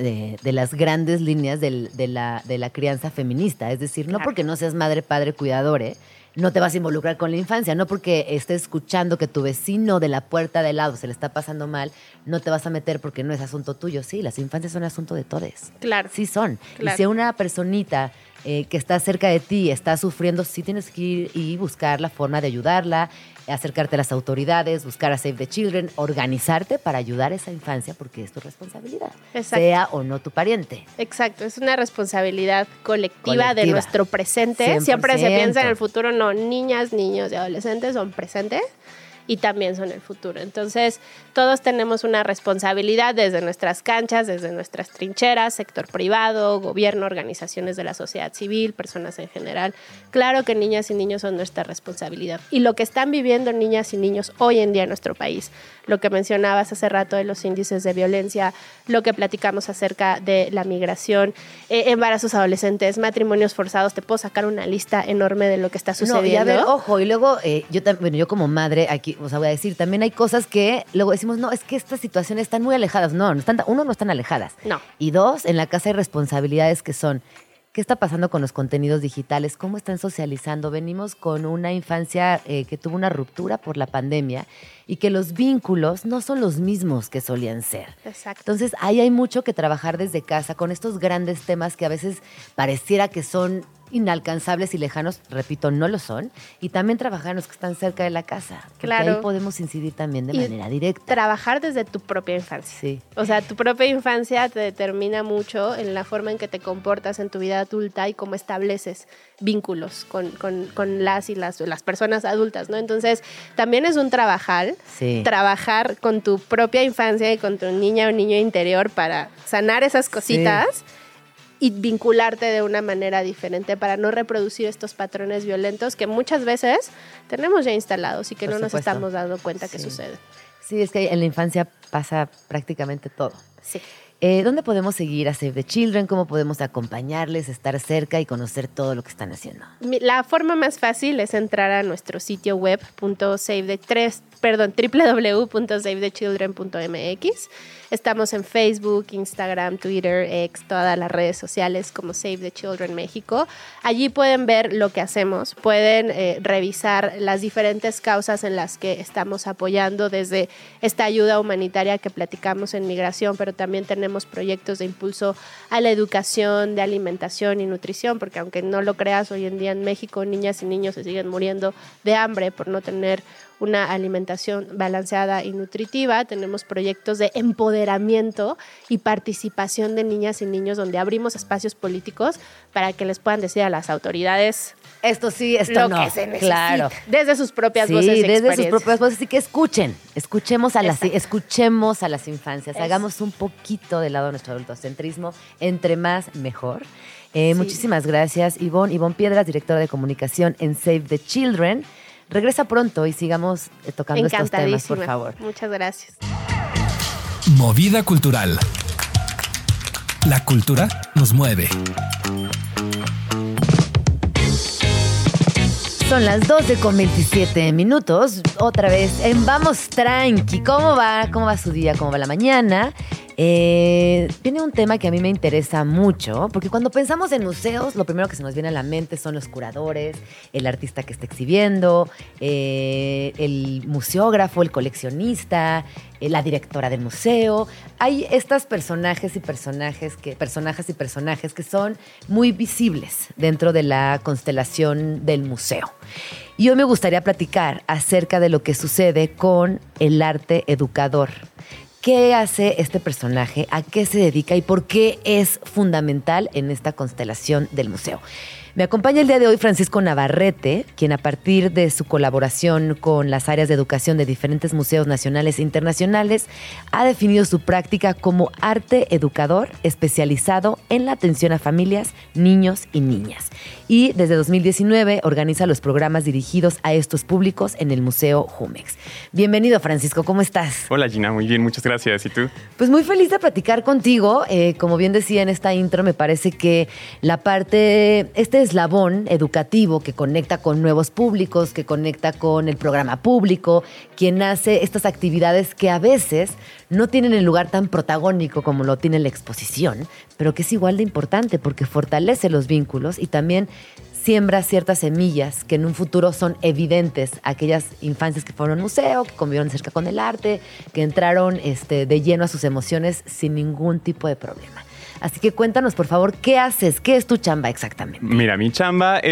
las grandes líneas de la crianza feminista. Es decir, no
Claro.
porque no seas madre, padre, cuidador, no te vas a involucrar con la infancia, no porque estés escuchando que tu vecino de la puerta de lado se le está pasando mal, no te vas a meter porque no es asunto tuyo. Sí, las infancias son asunto de todos.
Claro.
Sí son.
Claro.
Y si una personita que está cerca de ti está sufriendo, sí tienes que ir y buscar la forma de ayudarla, acercarte a las autoridades, buscar a Save the Children, organizarte para ayudar a esa infancia porque es tu responsabilidad,
Exacto.
sea o no tu pariente.
Exacto, es una responsabilidad colectiva de nuestro presente.
100%.
Siempre se piensa en el futuro, no, niñas, niños y adolescentes son presentes y también son el futuro. Entonces, todos tenemos una responsabilidad desde nuestras canchas, desde nuestras trincheras, sector privado, gobierno, organizaciones de la sociedad civil, personas en general. Claro que niñas y niños son nuestra responsabilidad. Y lo que están viviendo niñas y niños hoy en día en nuestro país, lo que mencionabas hace rato de los índices de violencia, lo que platicamos acerca de la migración, embarazos adolescentes, matrimonios forzados, te puedo sacar una lista enorme de lo que está sucediendo.
No, y a ver, ojo, y luego yo como madre aquí, o sea, voy a decir, también hay cosas que luego decimos, no, es que estas situaciones están muy alejadas. No están, uno, no están alejadas.
No.
Y dos, en la casa hay responsabilidades que son, ¿qué está pasando con los contenidos digitales? ¿Cómo están socializando? Venimos con una infancia que tuvo una ruptura por la pandemia y que los vínculos no son los mismos que solían ser.
Exacto.
Entonces, ahí hay mucho que trabajar desde casa con estos grandes temas que a veces pareciera que son inalcanzables y lejanos, repito, no lo son, y también trabajar en los que están cerca de la casa, porque
Claro.
ahí podemos incidir también de manera directa.
Trabajar desde tu propia infancia.
Sí.
O sea, tu propia infancia te determina mucho en la forma en que te comportas en tu vida adulta y cómo estableces vínculos con las y las personas adultas, ¿no? Entonces, también es un trabajar con tu propia infancia y con tu niña o niño interior para sanar esas cositas. Y vincularte de una manera diferente para no reproducir estos patrones violentos que muchas veces tenemos ya instalados y que
Por
no nos
supuesto.
estamos dando cuenta que
Sí.
sucede.
Sí, es que en la infancia pasa prácticamente todo.
Sí.
¿Dónde podemos seguir a Save the Children? ¿Cómo podemos acompañarles, estar cerca y conocer todo lo que están haciendo?
La forma más fácil es entrar a nuestro sitio web www.savethechildren.mx. Estamos en Facebook, Instagram, Twitter, X, todas las redes sociales como Save the Children México. Allí pueden ver lo que hacemos, pueden revisar las diferentes causas en las que estamos apoyando, desde esta ayuda humanitaria que platicamos en migración, pero también tenemos proyectos de impulso a la educación, de alimentación y nutrición, porque aunque no lo creas, hoy en día en México niñas y niños se siguen muriendo de hambre por no tener una alimentación balanceada y nutritiva. Tenemos proyectos de empoderamiento y participación de niñas y niños donde abrimos espacios políticos para que les puedan decir a las autoridades
Esto sí, esto
lo
no.
que se necesita.
Claro.
Desde sus propias
Sí,
voces y
desde sus
experiencias.
propias voces. Así que escuchemos a
Exacto.
escuchemos a las infancias.
Eso.
Hagamos un poquito del lado de nuestro adultocentrismo. Entre más, mejor.
Sí.
Muchísimas gracias, Ivonne. Ivonne Piedras, directora de comunicación en Save the Children. Regresa pronto y sigamos tocando estos temas, por favor.
Muchas gracias.
Movida cultural. La cultura nos mueve.
Son las 12:27. Otra vez en Vamos Tranqui. ¿Cómo va? ¿Cómo va su día? ¿Cómo va la mañana? Tiene un tema que a mí me interesa mucho, porque cuando pensamos en museos, lo primero que se nos viene a la mente son los curadores, el artista que está exhibiendo, el museógrafo, el coleccionista, la directora del museo. Hay estos personajes y personajes que son muy visibles dentro de la constelación del museo. Y hoy me gustaría platicar acerca de lo que sucede con el arte educador. ¿Qué hace este personaje? ¿A qué se dedica? ¿Y por qué es fundamental en esta constelación del museo? Me acompaña el día de hoy Francisco Navarrete, quien a partir de su colaboración con las áreas de educación de diferentes museos nacionales e internacionales ha definido su práctica como arte educador especializado en la atención a familias, niños y niñas. Y desde 2019 organiza los programas dirigidos a estos públicos en el Museo Jumex. Bienvenido, Francisco, ¿cómo estás?
Hola Gina, muy bien, muchas gracias. ¿Y tú?
Pues muy feliz de platicar contigo. Como bien decía en esta intro, me parece que la parte, este eslabón educativo que conecta con nuevos públicos, que conecta con el programa público, quien hace estas actividades que a veces no tienen el lugar tan protagónico como lo tiene la exposición, pero que es igual de importante porque fortalece los vínculos y también siembra ciertas semillas que en un futuro son evidentes a aquellas infancias que fueron al museo, que convivieron cerca con el arte, que entraron de lleno a sus emociones sin ningún tipo de problema. Así que cuéntanos, por favor, ¿qué haces? ¿Qué es tu chamba exactamente?
Mira, mi chamba es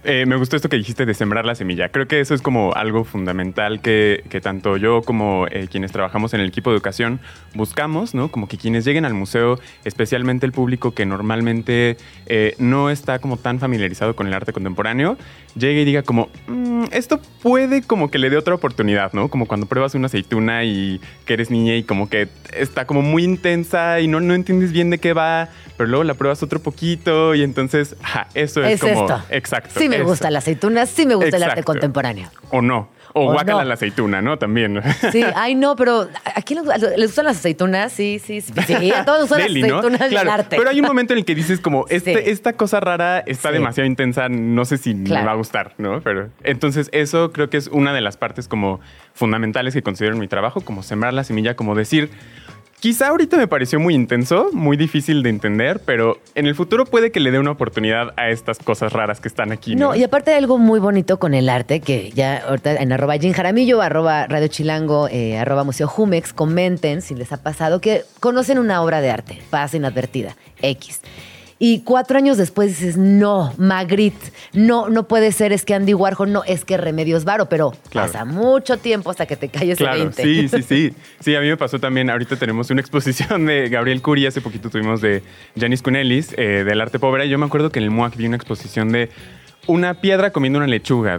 Me gustó esto que dijiste de sembrar la semilla. Creo que eso es como algo fundamental que tanto yo como quienes trabajamos en el equipo de educación buscamos, ¿no? Como que quienes lleguen al museo, especialmente el público que normalmente no está como tan familiarizado con el arte contemporáneo, llegue y diga como, esto puede como que le dé otra oportunidad, ¿no? Como cuando pruebas una aceituna y que eres niña y como que está como muy intensa y no entiendes bien de qué va, pero luego la pruebas otro poquito y entonces, eso es como...
esto.
Exacto.
Sí me gusta la aceituna, sí me gusta el arte
Exacto.
contemporáneo.
O no. O guácala
no.
la aceituna, ¿no? También.
Sí, ay no, pero ¿a quién les gustan las aceitunas? Sí, a todos les gustan
Deli,
las
¿no?
aceitunas
Claro,
del arte.
pero hay un momento en el que dices como, esta cosa rara está
Sí.
demasiado intensa, no sé si me va a gustar, ¿no? Pero entonces eso creo que es una de las partes como fundamentales que considero en mi trabajo, como sembrar la semilla, como decir... Quizá ahorita me pareció muy intenso, muy difícil de entender, pero en el futuro puede que le dé una oportunidad a estas cosas raras que están aquí, ¿no?
No, y aparte hay algo muy bonito con el arte, que ya ahorita en @JinJaramillo, @Radio Chilango, @Museo Jumex, comenten si les ha pasado que conocen una obra de arte, pasa inadvertida, X. Y 4 años después dices, no, Magritte, no puede ser, es que Andy Warhol, no, es que Remedios Varo, pero
Claro.
pasa mucho tiempo hasta que te calles el
Claro,
20.
sí. Sí, a mí me pasó también. Ahorita tenemos una exposición de Gabriel Curie. Hace poquito tuvimos de Janis Kunelis, del arte pobre. Y yo me acuerdo que en el MUAC vi una exposición de una piedra comiendo una lechuga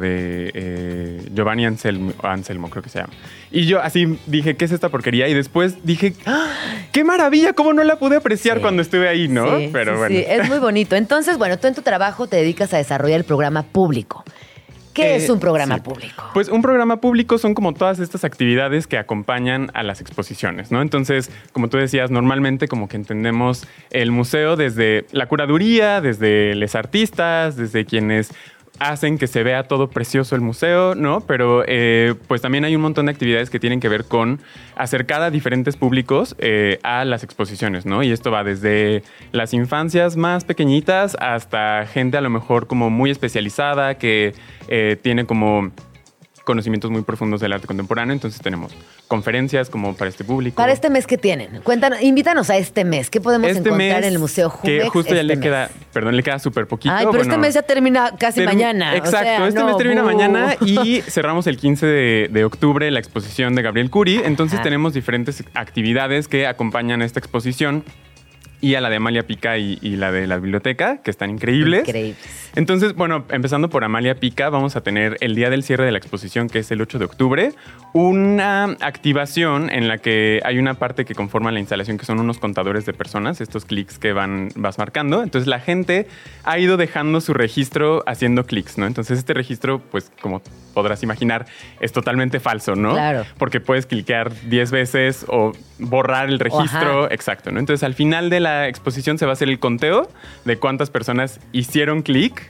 de Giovanni Anselmo, creo que se llama. Y yo así dije, ¿qué es esta porquería? Y después dije, ¡ah! ¡Qué maravilla! ¿Cómo no la pude apreciar cuando estuve ahí, no?
Sí,
Pero
sí,
bueno.
sí, es muy bonito. Entonces, bueno, tú en tu trabajo te dedicas a desarrollar el programa público. ¿Qué es un programa
sí.
público?
Pues un programa público son como todas estas actividades que acompañan a las exposiciones, ¿no? Entonces, como tú decías, normalmente como que entendemos el museo desde la curaduría, desde los artistas, desde quienes hacen que se vea todo precioso el museo, ¿no? Pero pues también hay un montón de actividades que tienen que ver con acercar a diferentes públicos a las exposiciones, ¿no? Y esto va desde las infancias más pequeñitas hasta gente a lo mejor como muy especializada que tiene como conocimientos muy profundos del arte contemporáneo. Entonces tenemos conferencias como para este público.
Para este mes, ¿qué tienen? Cuéntanos, invítanos a este mes. ¿Qué podemos encontrar en el Museo Jumex?
Que justo ya
este
le queda, le queda súper poquito.
Ay, pero este mes ya termina casi mañana.
Exacto, este mes termina mañana y cerramos el 15 de octubre la exposición de Gabriel Curie. Entonces tenemos diferentes actividades que acompañan a esta exposición y a la de Amalia Pica y la de la biblioteca, que están increíbles. Entonces, bueno, empezando por Amalia Pica, vamos a tener el día del cierre de la exposición, que es el 8 de octubre, una activación en la que hay una parte que conforma la instalación, que son unos contadores de personas, estos clics que vas marcando. Entonces, la gente ha ido dejando su registro haciendo clics, ¿no? Entonces, este registro, pues, como podrás imaginar, es totalmente falso, ¿no?
Claro.
Porque puedes cliquear 10 veces o borrar el registro. Exacto, ¿no? Entonces, al final de la exposición se va a hacer el conteo de cuántas personas hicieron clic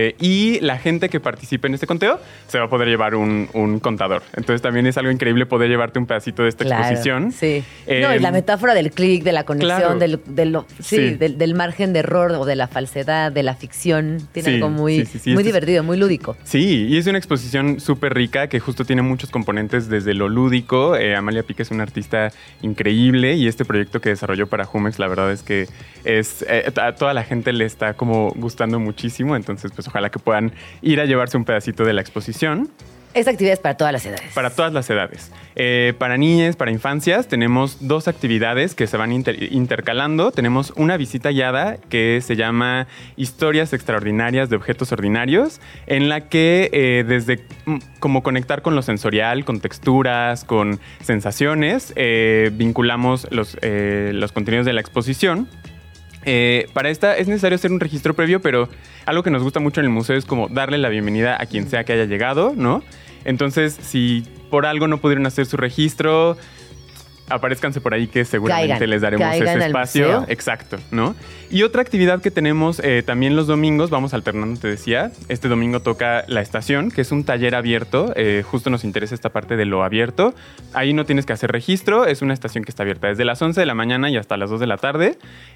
y la gente que participe en este conteo se va a poder llevar un contador. Entonces, también es algo increíble poder llevarte un pedacito de esta exposición.
Sí. No, y la metáfora del clic, de la conexión,
claro.
del margen de error o de la falsedad, de la ficción. Tiene algo muy divertido, muy lúdico.
Sí, y es una exposición súper rica que justo tiene muchos componentes desde lo lúdico. Amalia Pica es una artista increíble y este proyecto que desarrolló para Jumex, la verdad es que a toda la gente le está como gustando muchísimo. Entonces, pues ojalá que puedan ir a llevarse un pedacito de la exposición.
Esta actividad es para todas las edades.
Para todas las edades. Para niñas, para infancias, tenemos 2 actividades que se van intercalando. Tenemos una visita guiada que se llama Historias Extraordinarias de Objetos Ordinarios, en la que desde como conectar con lo sensorial, con texturas, con sensaciones, vinculamos los contenidos de la exposición. Para esta es necesario hacer un registro previo, pero algo que nos gusta mucho en el museo es como darle la bienvenida a quien sea que haya llegado, ¿no? Entonces, si por algo no pudieron hacer su registro, aparézcanse por ahí que seguramente les daremos ese espacio. Exacto, ¿no? Y otra actividad que tenemos también los domingos, vamos alternando, te decía. Este domingo toca La Estación, que es un taller abierto. Justo nos interesa esta parte de lo abierto. Ahí no tienes que hacer registro. Es una estación que está abierta desde las 11 de la mañana y hasta las 2 de la tarde.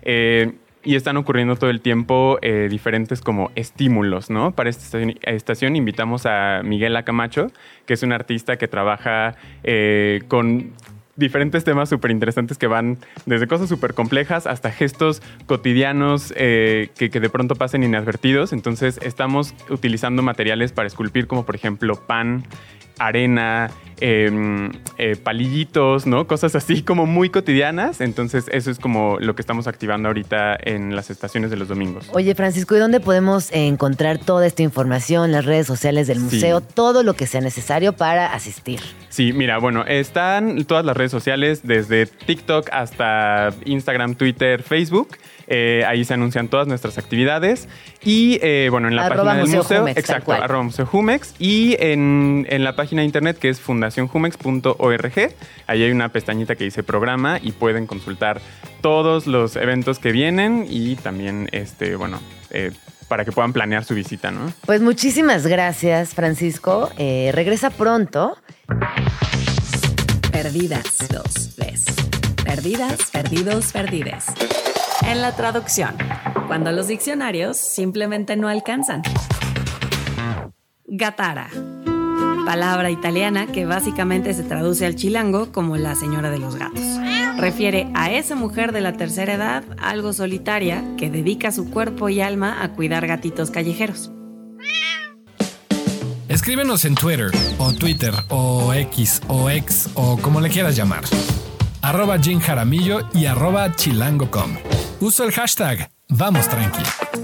Y están ocurriendo todo el tiempo diferentes como estímulos, ¿no? Para esta estación invitamos a Miguel Camacho, que es un artista que trabaja con diferentes temas súper interesantes que van desde cosas súper complejas hasta gestos cotidianos que de pronto pasen inadvertidos. Entonces estamos utilizando materiales para esculpir como por ejemplo pan, arena, palillitos, ¿no? Cosas así como muy cotidianas. Entonces eso es como lo que estamos activando ahorita en las estaciones de los domingos.
Oye, Francisco, ¿y dónde podemos encontrar toda esta información, las redes sociales del museo, todo lo que sea necesario para asistir?
Sí, mira, bueno, están todas las redes sociales, desde TikTok hasta Instagram, Twitter, Facebook. Ahí se anuncian todas nuestras actividades. Y bueno, en la página del museo,
Jumex,
exacto, @Museo Jumex. Y en la página de internet que es fundacionjumex.org, ahí hay una pestañita que dice programa y pueden consultar todos los eventos que vienen y también, para que puedan planear su visita, ¿no?
Pues muchísimas gracias, Francisco. Regresa pronto.
Perdidas, dos veces. Perdidas, perdidos, perdides. En la traducción, cuando los diccionarios simplemente no alcanzan. Gattara. Palabra italiana que básicamente se traduce al chilango como la señora de los gatos. Refiere a esa mujer de la tercera edad, algo solitaria, que dedica su cuerpo y alma a cuidar gatitos callejeros.
Escríbenos en Twitter, o X, o como le quieras llamar. @Jin Jaramillo y @chilango.com. Usa el hashtag Vamos Tranqui.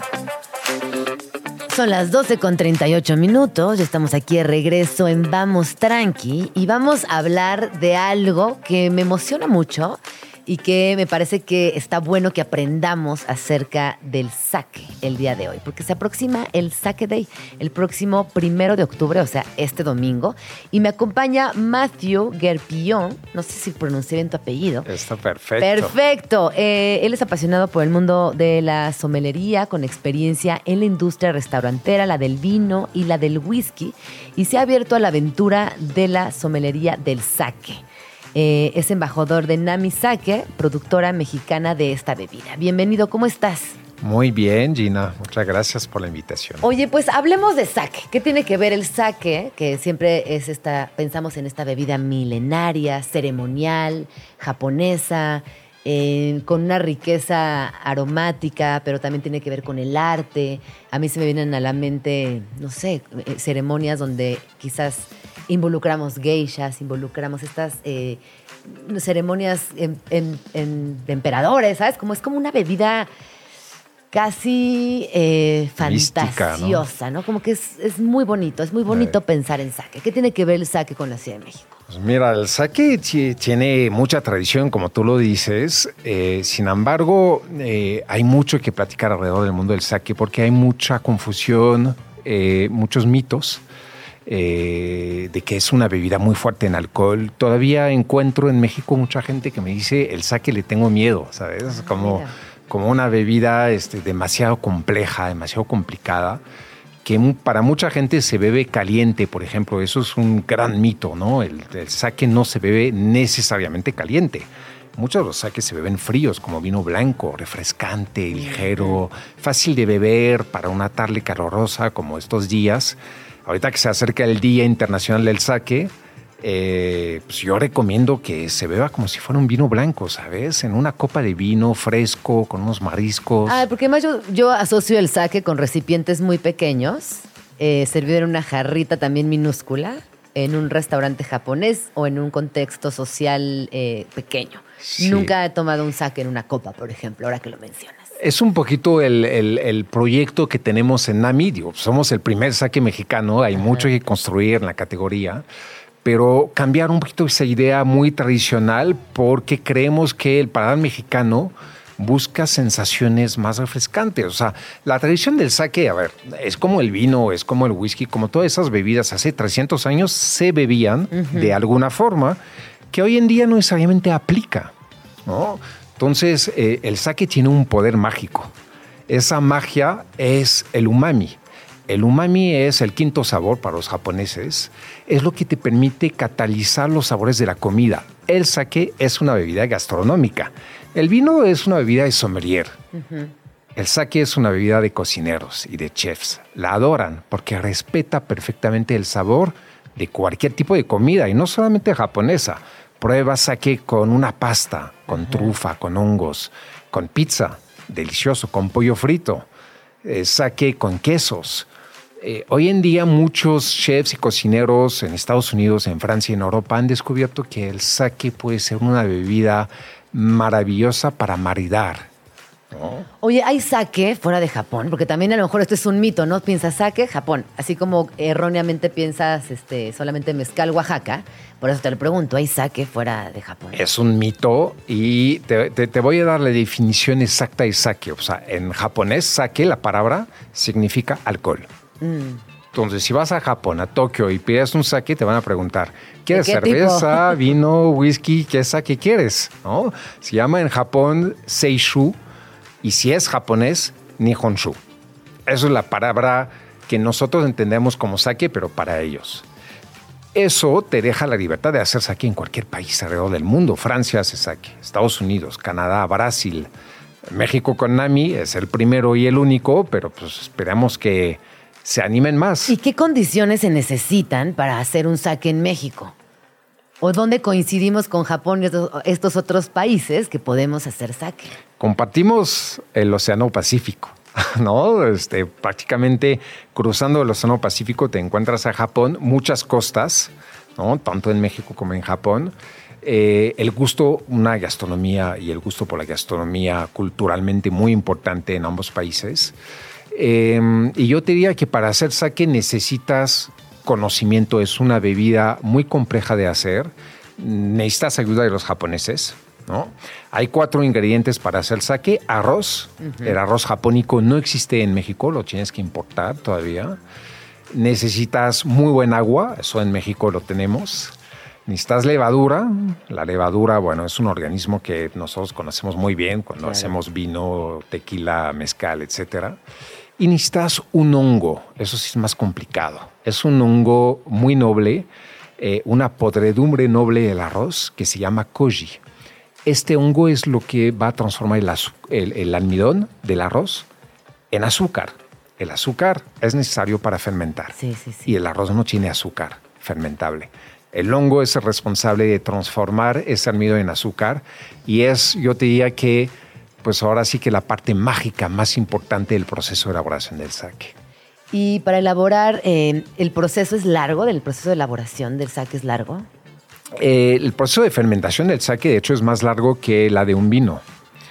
Son las 12:38. Ya estamos aquí de regreso en Vamos Tranqui y vamos a hablar de algo que me emociona mucho y que me parece que está bueno que aprendamos acerca del sake el día de hoy, porque se aproxima el Sake Day, el próximo 1 de octubre, o sea, este domingo, y me acompaña Matthew Guerpillon, no sé si pronuncié bien tu apellido.
Está perfecto.
Perfecto. Él es apasionado por el mundo de la sommelería, con experiencia en la industria restaurantera, la del vino y la del whisky, y se ha abierto a la aventura de la sommelería del sake. Es embajador de Nami Sake, productora mexicana de esta bebida. Bienvenido, ¿cómo estás?
Muy bien, Gina. Muchas gracias por la invitación.
Oye, pues hablemos de sake. ¿Qué tiene que ver el sake? Que siempre es pensamos en esta bebida milenaria, ceremonial, japonesa, con una riqueza aromática, pero también tiene que ver con el arte. A mí se me vienen a la mente, no sé, ceremonias donde quizás involucramos geishas, involucramos estas ceremonias de emperadores, ¿sabes? Es como una bebida casi fantasiosa, ¿no? Como que es muy bonito, pensar en sake. ¿Qué tiene que ver el sake con la Ciudad de México?
Pues mira, el sake tiene mucha tradición, como tú lo dices. Sin embargo, hay mucho que platicar alrededor del mundo del sake porque hay mucha confusión, muchos mitos. De que es una bebida muy fuerte en alcohol. Todavía encuentro en México mucha gente que me dice el sake le tengo miedo, ¿sabes? Como una bebida demasiado compleja, demasiado complicada, que para mucha gente se bebe caliente, por ejemplo. Eso es un gran mito, ¿no? El sake no se bebe necesariamente caliente. Muchos de los sakes se beben fríos, como vino blanco, refrescante, ligero, fácil de beber para una tarde calurosa como estos días. Ahorita que se acerca el Día Internacional del Sake, pues yo recomiendo que se beba como si fuera un vino blanco, ¿sabes? En una copa de vino fresco, con unos mariscos.
Porque además yo asocio el sake con recipientes muy pequeños, servido en una jarrita también minúscula, en un restaurante japonés o en un contexto social pequeño. Sí. Nunca he tomado un sake en una copa, por ejemplo, ahora que lo mencionas.
Es un poquito el proyecto que tenemos en Nami. Somos el primer sake mexicano, hay mucho que construir en la categoría, pero cambiar un poquito esa idea muy tradicional porque creemos que el paladar mexicano busca sensaciones más refrescantes. O sea, la tradición del sake, es como el vino, es como el whisky, como todas esas bebidas hace 300 años se bebían de alguna forma que hoy en día no necesariamente aplica, ¿no? Entonces, el sake tiene un poder mágico. Esa magia es el umami. El umami es el quinto sabor para los japoneses. Es lo que te permite catalizar los sabores de la comida. El sake es una bebida gastronómica. El vino es una bebida de sommelier. El sake es una bebida de cocineros y de chefs. La adoran porque respeta perfectamente el sabor de cualquier tipo de comida y no solamente japonesa. Prueba sake con una pasta, con trufa, con hongos, con pizza, delicioso, con pollo frito, sake con quesos. Hoy en día muchos chefs y cocineros en Estados Unidos, en Francia y en Europa han descubierto que el sake puede ser una bebida maravillosa para maridar, ¿no?
Oye, ¿hay sake fuera de Japón? Porque también a lo mejor esto es un mito, ¿no? Piensas sake, Japón. Así como erróneamente piensas solamente mezcal, Oaxaca. Por eso te lo pregunto, ¿hay sake fuera de Japón?
Es un mito y te voy a dar la definición exacta de sake. O sea, en japonés, sake, la palabra, significa alcohol. Entonces, si vas a Japón, a Tokio, y pides un sake, te van a preguntar, ¿quieres cerveza, vino, whisky? ¿Qué sake quieres? ¿No? Se llama en Japón seishu, y si es japonés, nihonshu. Eso es la palabra que nosotros entendemos como sake, pero para ellos. Eso te deja la libertad de hacer sake en cualquier país alrededor del mundo. Francia hace sake, Estados Unidos, Canadá, Brasil, México con Nami es el primero y el único, pero pues esperamos que se animen más.
¿Y qué condiciones se necesitan para hacer un sake en México? ¿O dónde coincidimos con Japón y estos otros países que podemos hacer sake?
Compartimos el Océano Pacífico, ¿no? Prácticamente cruzando el Océano Pacífico te encuentras a Japón, muchas costas, ¿no? Tanto en México como en Japón. El gusto, una gastronomía y el gusto por la gastronomía culturalmente muy importante en ambos países. Y yo te diría que para hacer sake necesitas conocimiento. Es una bebida muy compleja de hacer. Necesitas ayuda de los japoneses, ¿no? Hay 4 ingredientes para hacer sake. Arroz. El arroz japónico no existe en México, lo tienes que importar todavía. Necesitas muy buen agua, eso en México lo tenemos. Necesitas levadura. La levadura, bueno, es un organismo que nosotros conocemos muy bien cuando hacemos vino, tequila, mezcal, etcétera. Y necesitas un hongo, eso sí es más complicado. Es un hongo muy noble, una podredumbre noble del arroz que se llama koji. Este hongo es lo que va a transformar el almidón del arroz en azúcar. El azúcar es necesario para fermentar.
Sí.
Y el arroz no tiene azúcar fermentable. El hongo es el responsable de transformar ese almidón en azúcar y es, yo te diría que, pues ahora sí que la parte mágica más importante del proceso de elaboración del sake.
Y para elaborar, ¿el proceso es largo? ¿El proceso de elaboración del sake es largo?
El proceso de fermentación del sake, de hecho, es más largo que la de un vino.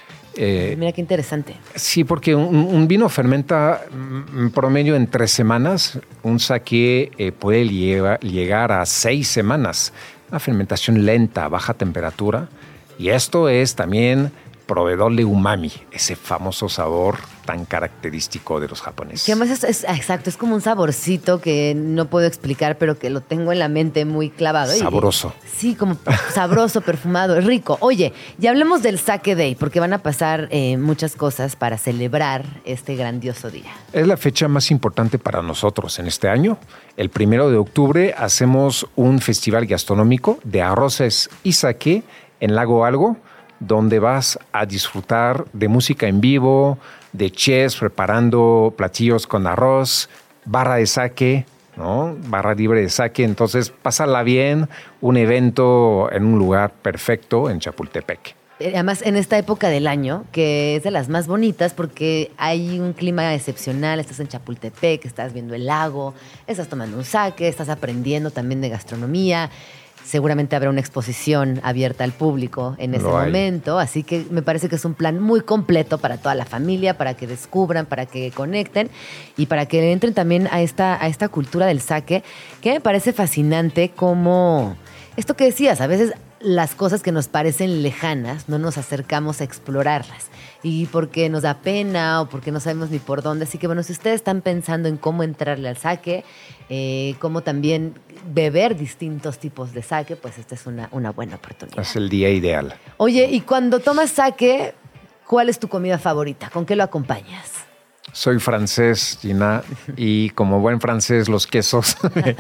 Mira qué interesante.
Sí, porque un vino fermenta en promedio en 3 semanas. Un sake puede llegar a 6 semanas. Una fermentación lenta, a baja temperatura. Y esto es también proveedor de umami, ese famoso sabor tan característico de los japoneses.
Que además exacto, es como un saborcito que no puedo explicar, pero que lo tengo en la mente muy clavado.
Sabroso.
Sí, como sabroso, perfumado, rico. Oye, ya hablemos del Sake Day, porque van a pasar muchas cosas para celebrar este grandioso día.
Es la fecha más importante para nosotros en este año. El 1 de octubre hacemos un festival gastronómico de arroces y sake en Lago Algo, donde vas a disfrutar de música en vivo, de chefs preparando platillos con arroz, barra de sake, ¿no? Barra libre de sake. Entonces, pásala bien, un evento en un lugar perfecto en Chapultepec.
Además, en esta época del año, que es de las más bonitas porque hay un clima excepcional, estás en Chapultepec, estás viendo el lago, estás tomando un sake, estás aprendiendo también de gastronomía. Seguramente habrá una exposición abierta al público en ese momento, así que me parece que es un plan muy completo para toda la familia, para que descubran, para que conecten y para que entren también a esta cultura del sake, que me parece fascinante como esto que decías, a veces las cosas que nos parecen lejanas no nos acercamos a explorarlas y porque nos da pena o porque no sabemos ni por dónde. Así que bueno, si ustedes están pensando en cómo entrarle al sake, cómo también beber distintos tipos de sake, pues esta es una buena oportunidad.
Es el día ideal.
Oye, y cuando tomas sake, ¿cuál es tu comida favorita? ¿Con qué lo acompañas?
Soy francés, Gina, y como buen francés los quesos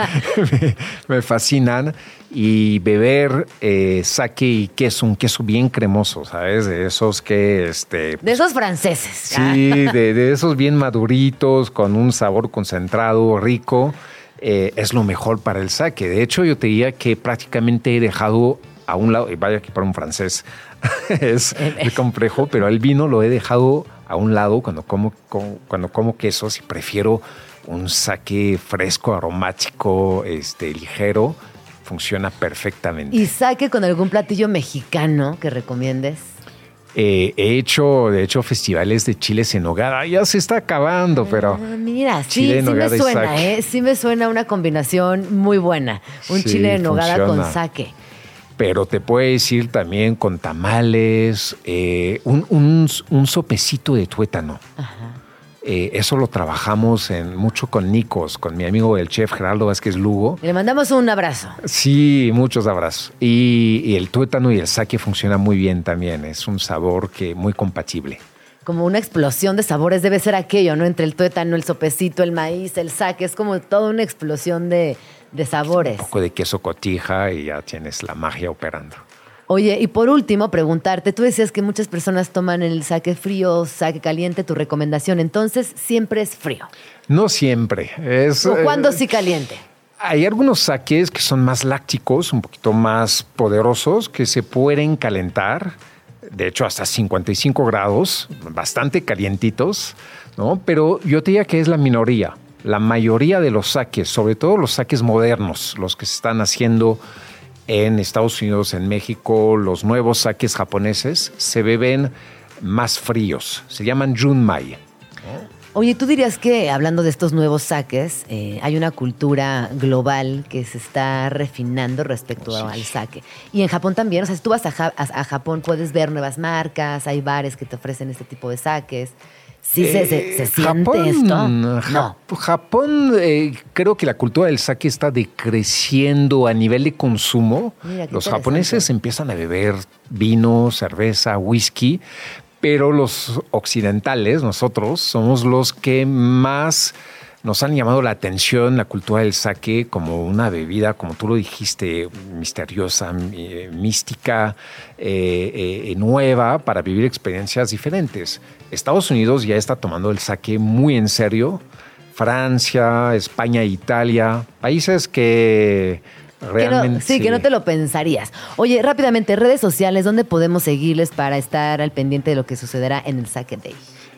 me fascinan. Y beber sake y queso, un queso bien cremoso, ¿sabes? De esos que...
de esos franceses.
Sí, de esos bien maduritos, con un sabor concentrado, rico. Es lo mejor para el sake. De hecho, yo te diría que prácticamente he dejado a un lado, y vaya que para un francés es complejo, pero el vino lo he dejado a un lado cuando como quesos y prefiero un sake fresco, aromático, ligero. Funciona perfectamente.
¿Y sake con algún platillo mexicano que recomiendes?
He hecho, de hecho, festivales de chiles en nogada. Ya se está acabando, pero...
Mira, sí me suena, sí me suena una combinación muy buena. Un chile de nogada funciona con sake.
Pero te puedo decir también con tamales, un sopecito de tuétano. Ajá. Eso lo trabajamos mucho con Nikos, con mi amigo el chef Gerardo Vázquez Lugo.
Le mandamos un abrazo.
Sí, muchos abrazos. Y el tuétano y el sake funcionan muy bien también. Es un sabor muy compatible.
Como una explosión de sabores debe ser aquello, ¿no? Entre el tuétano, el sopecito, el maíz, el sake. Es como toda una explosión de sabores.
Un poco de queso cotija y ya tienes la magia operando.
Oye, y por último, preguntarte, tú decías que muchas personas toman el sake frío, sake caliente, tu recomendación, entonces, ¿siempre es frío?
No siempre.
¿O cuándo sí caliente?
Hay algunos sakes que son más lácticos, un poquito más poderosos, que se pueden calentar, de hecho hasta 55 grados, bastante calientitos, ¿no? Pero yo te diría que es la minoría. La mayoría de los sakes, sobre todo los sakes modernos, los que se están haciendo en Estados Unidos, en México, los nuevos sakes japoneses se beben más fríos. Se llaman junmai.
Oye, ¿tú dirías que, hablando de estos nuevos sakes, hay una cultura global que se está refinando respecto al sake? Y en Japón también, o sea, si tú vas a Japón puedes ver nuevas marcas, hay bares que te ofrecen este tipo de sakes. ¿Sí se siente
Japón,
esto? No.
Japón, creo que la cultura del sake está decreciendo a nivel de consumo.
Mira,
los japoneses empiezan a beber vino, cerveza, whisky, pero los occidentales, nosotros, somos los que más nos han llamado la atención la cultura del sake como una bebida, como tú lo dijiste, misteriosa, mística, nueva, para vivir experiencias diferentes. Estados Unidos ya está tomando el sake muy en serio. Francia, España, Italia, países que realmente...
que no te lo pensarías. Oye, rápidamente, redes sociales, ¿dónde podemos seguirles para estar al pendiente de lo que sucederá en el Sake Day?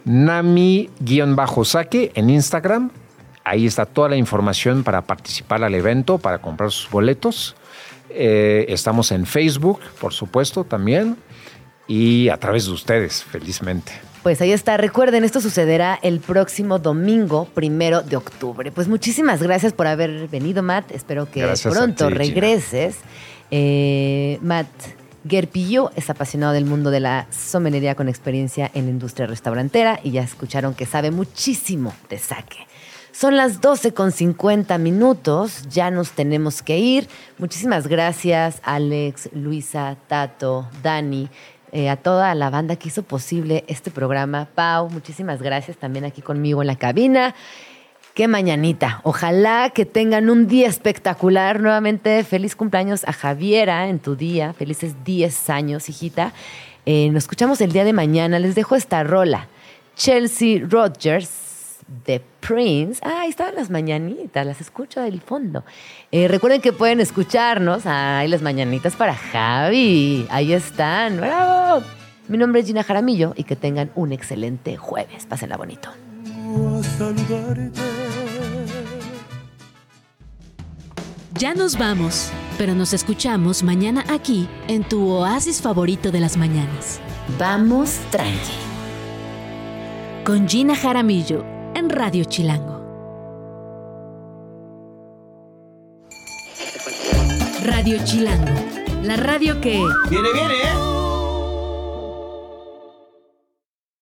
Nami_sake en Instagram. Ahí está toda la información para participar al evento, para comprar sus boletos. Estamos en Facebook, por supuesto, también. Y a través de ustedes, felizmente.
Pues ahí está. Recuerden, esto sucederá el próximo domingo, 1 de octubre. Pues muchísimas gracias por haber venido, Matt. Espero que pronto regreses. Matt Guerpillo es apasionado del mundo de la sommelería con experiencia en la industria restaurantera y ya escucharon que sabe muchísimo de sake. Son las 12:50, ya nos tenemos que ir. Muchísimas gracias, Alex, Luisa, Tato, Dani, a toda la banda que hizo posible este programa. Pau, muchísimas gracias también aquí conmigo en la cabina. ¡Qué mañanita! Ojalá que tengan un día espectacular. Nuevamente, feliz cumpleaños a Javiera en tu día. Felices 10 años, hijita. Nos escuchamos el día de mañana. Les dejo esta rola. Chelsea Rogers, The Prince. Ahí estaban las mañanitas, las escucho del fondo. Recuerden que pueden escucharnos. Ahí las mañanitas para Javi. Ahí están. ¡Bravo! Mi nombre es Gina Jaramillo y que tengan un excelente jueves. Pásenla bonito.
Ya nos vamos, pero nos escuchamos mañana aquí en tu oasis favorito de las mañanas.
Vamos tranqui.
Con Gina Jaramillo en Radio Chilango. Radio Chilango, la radio que...
¡Viene, viene!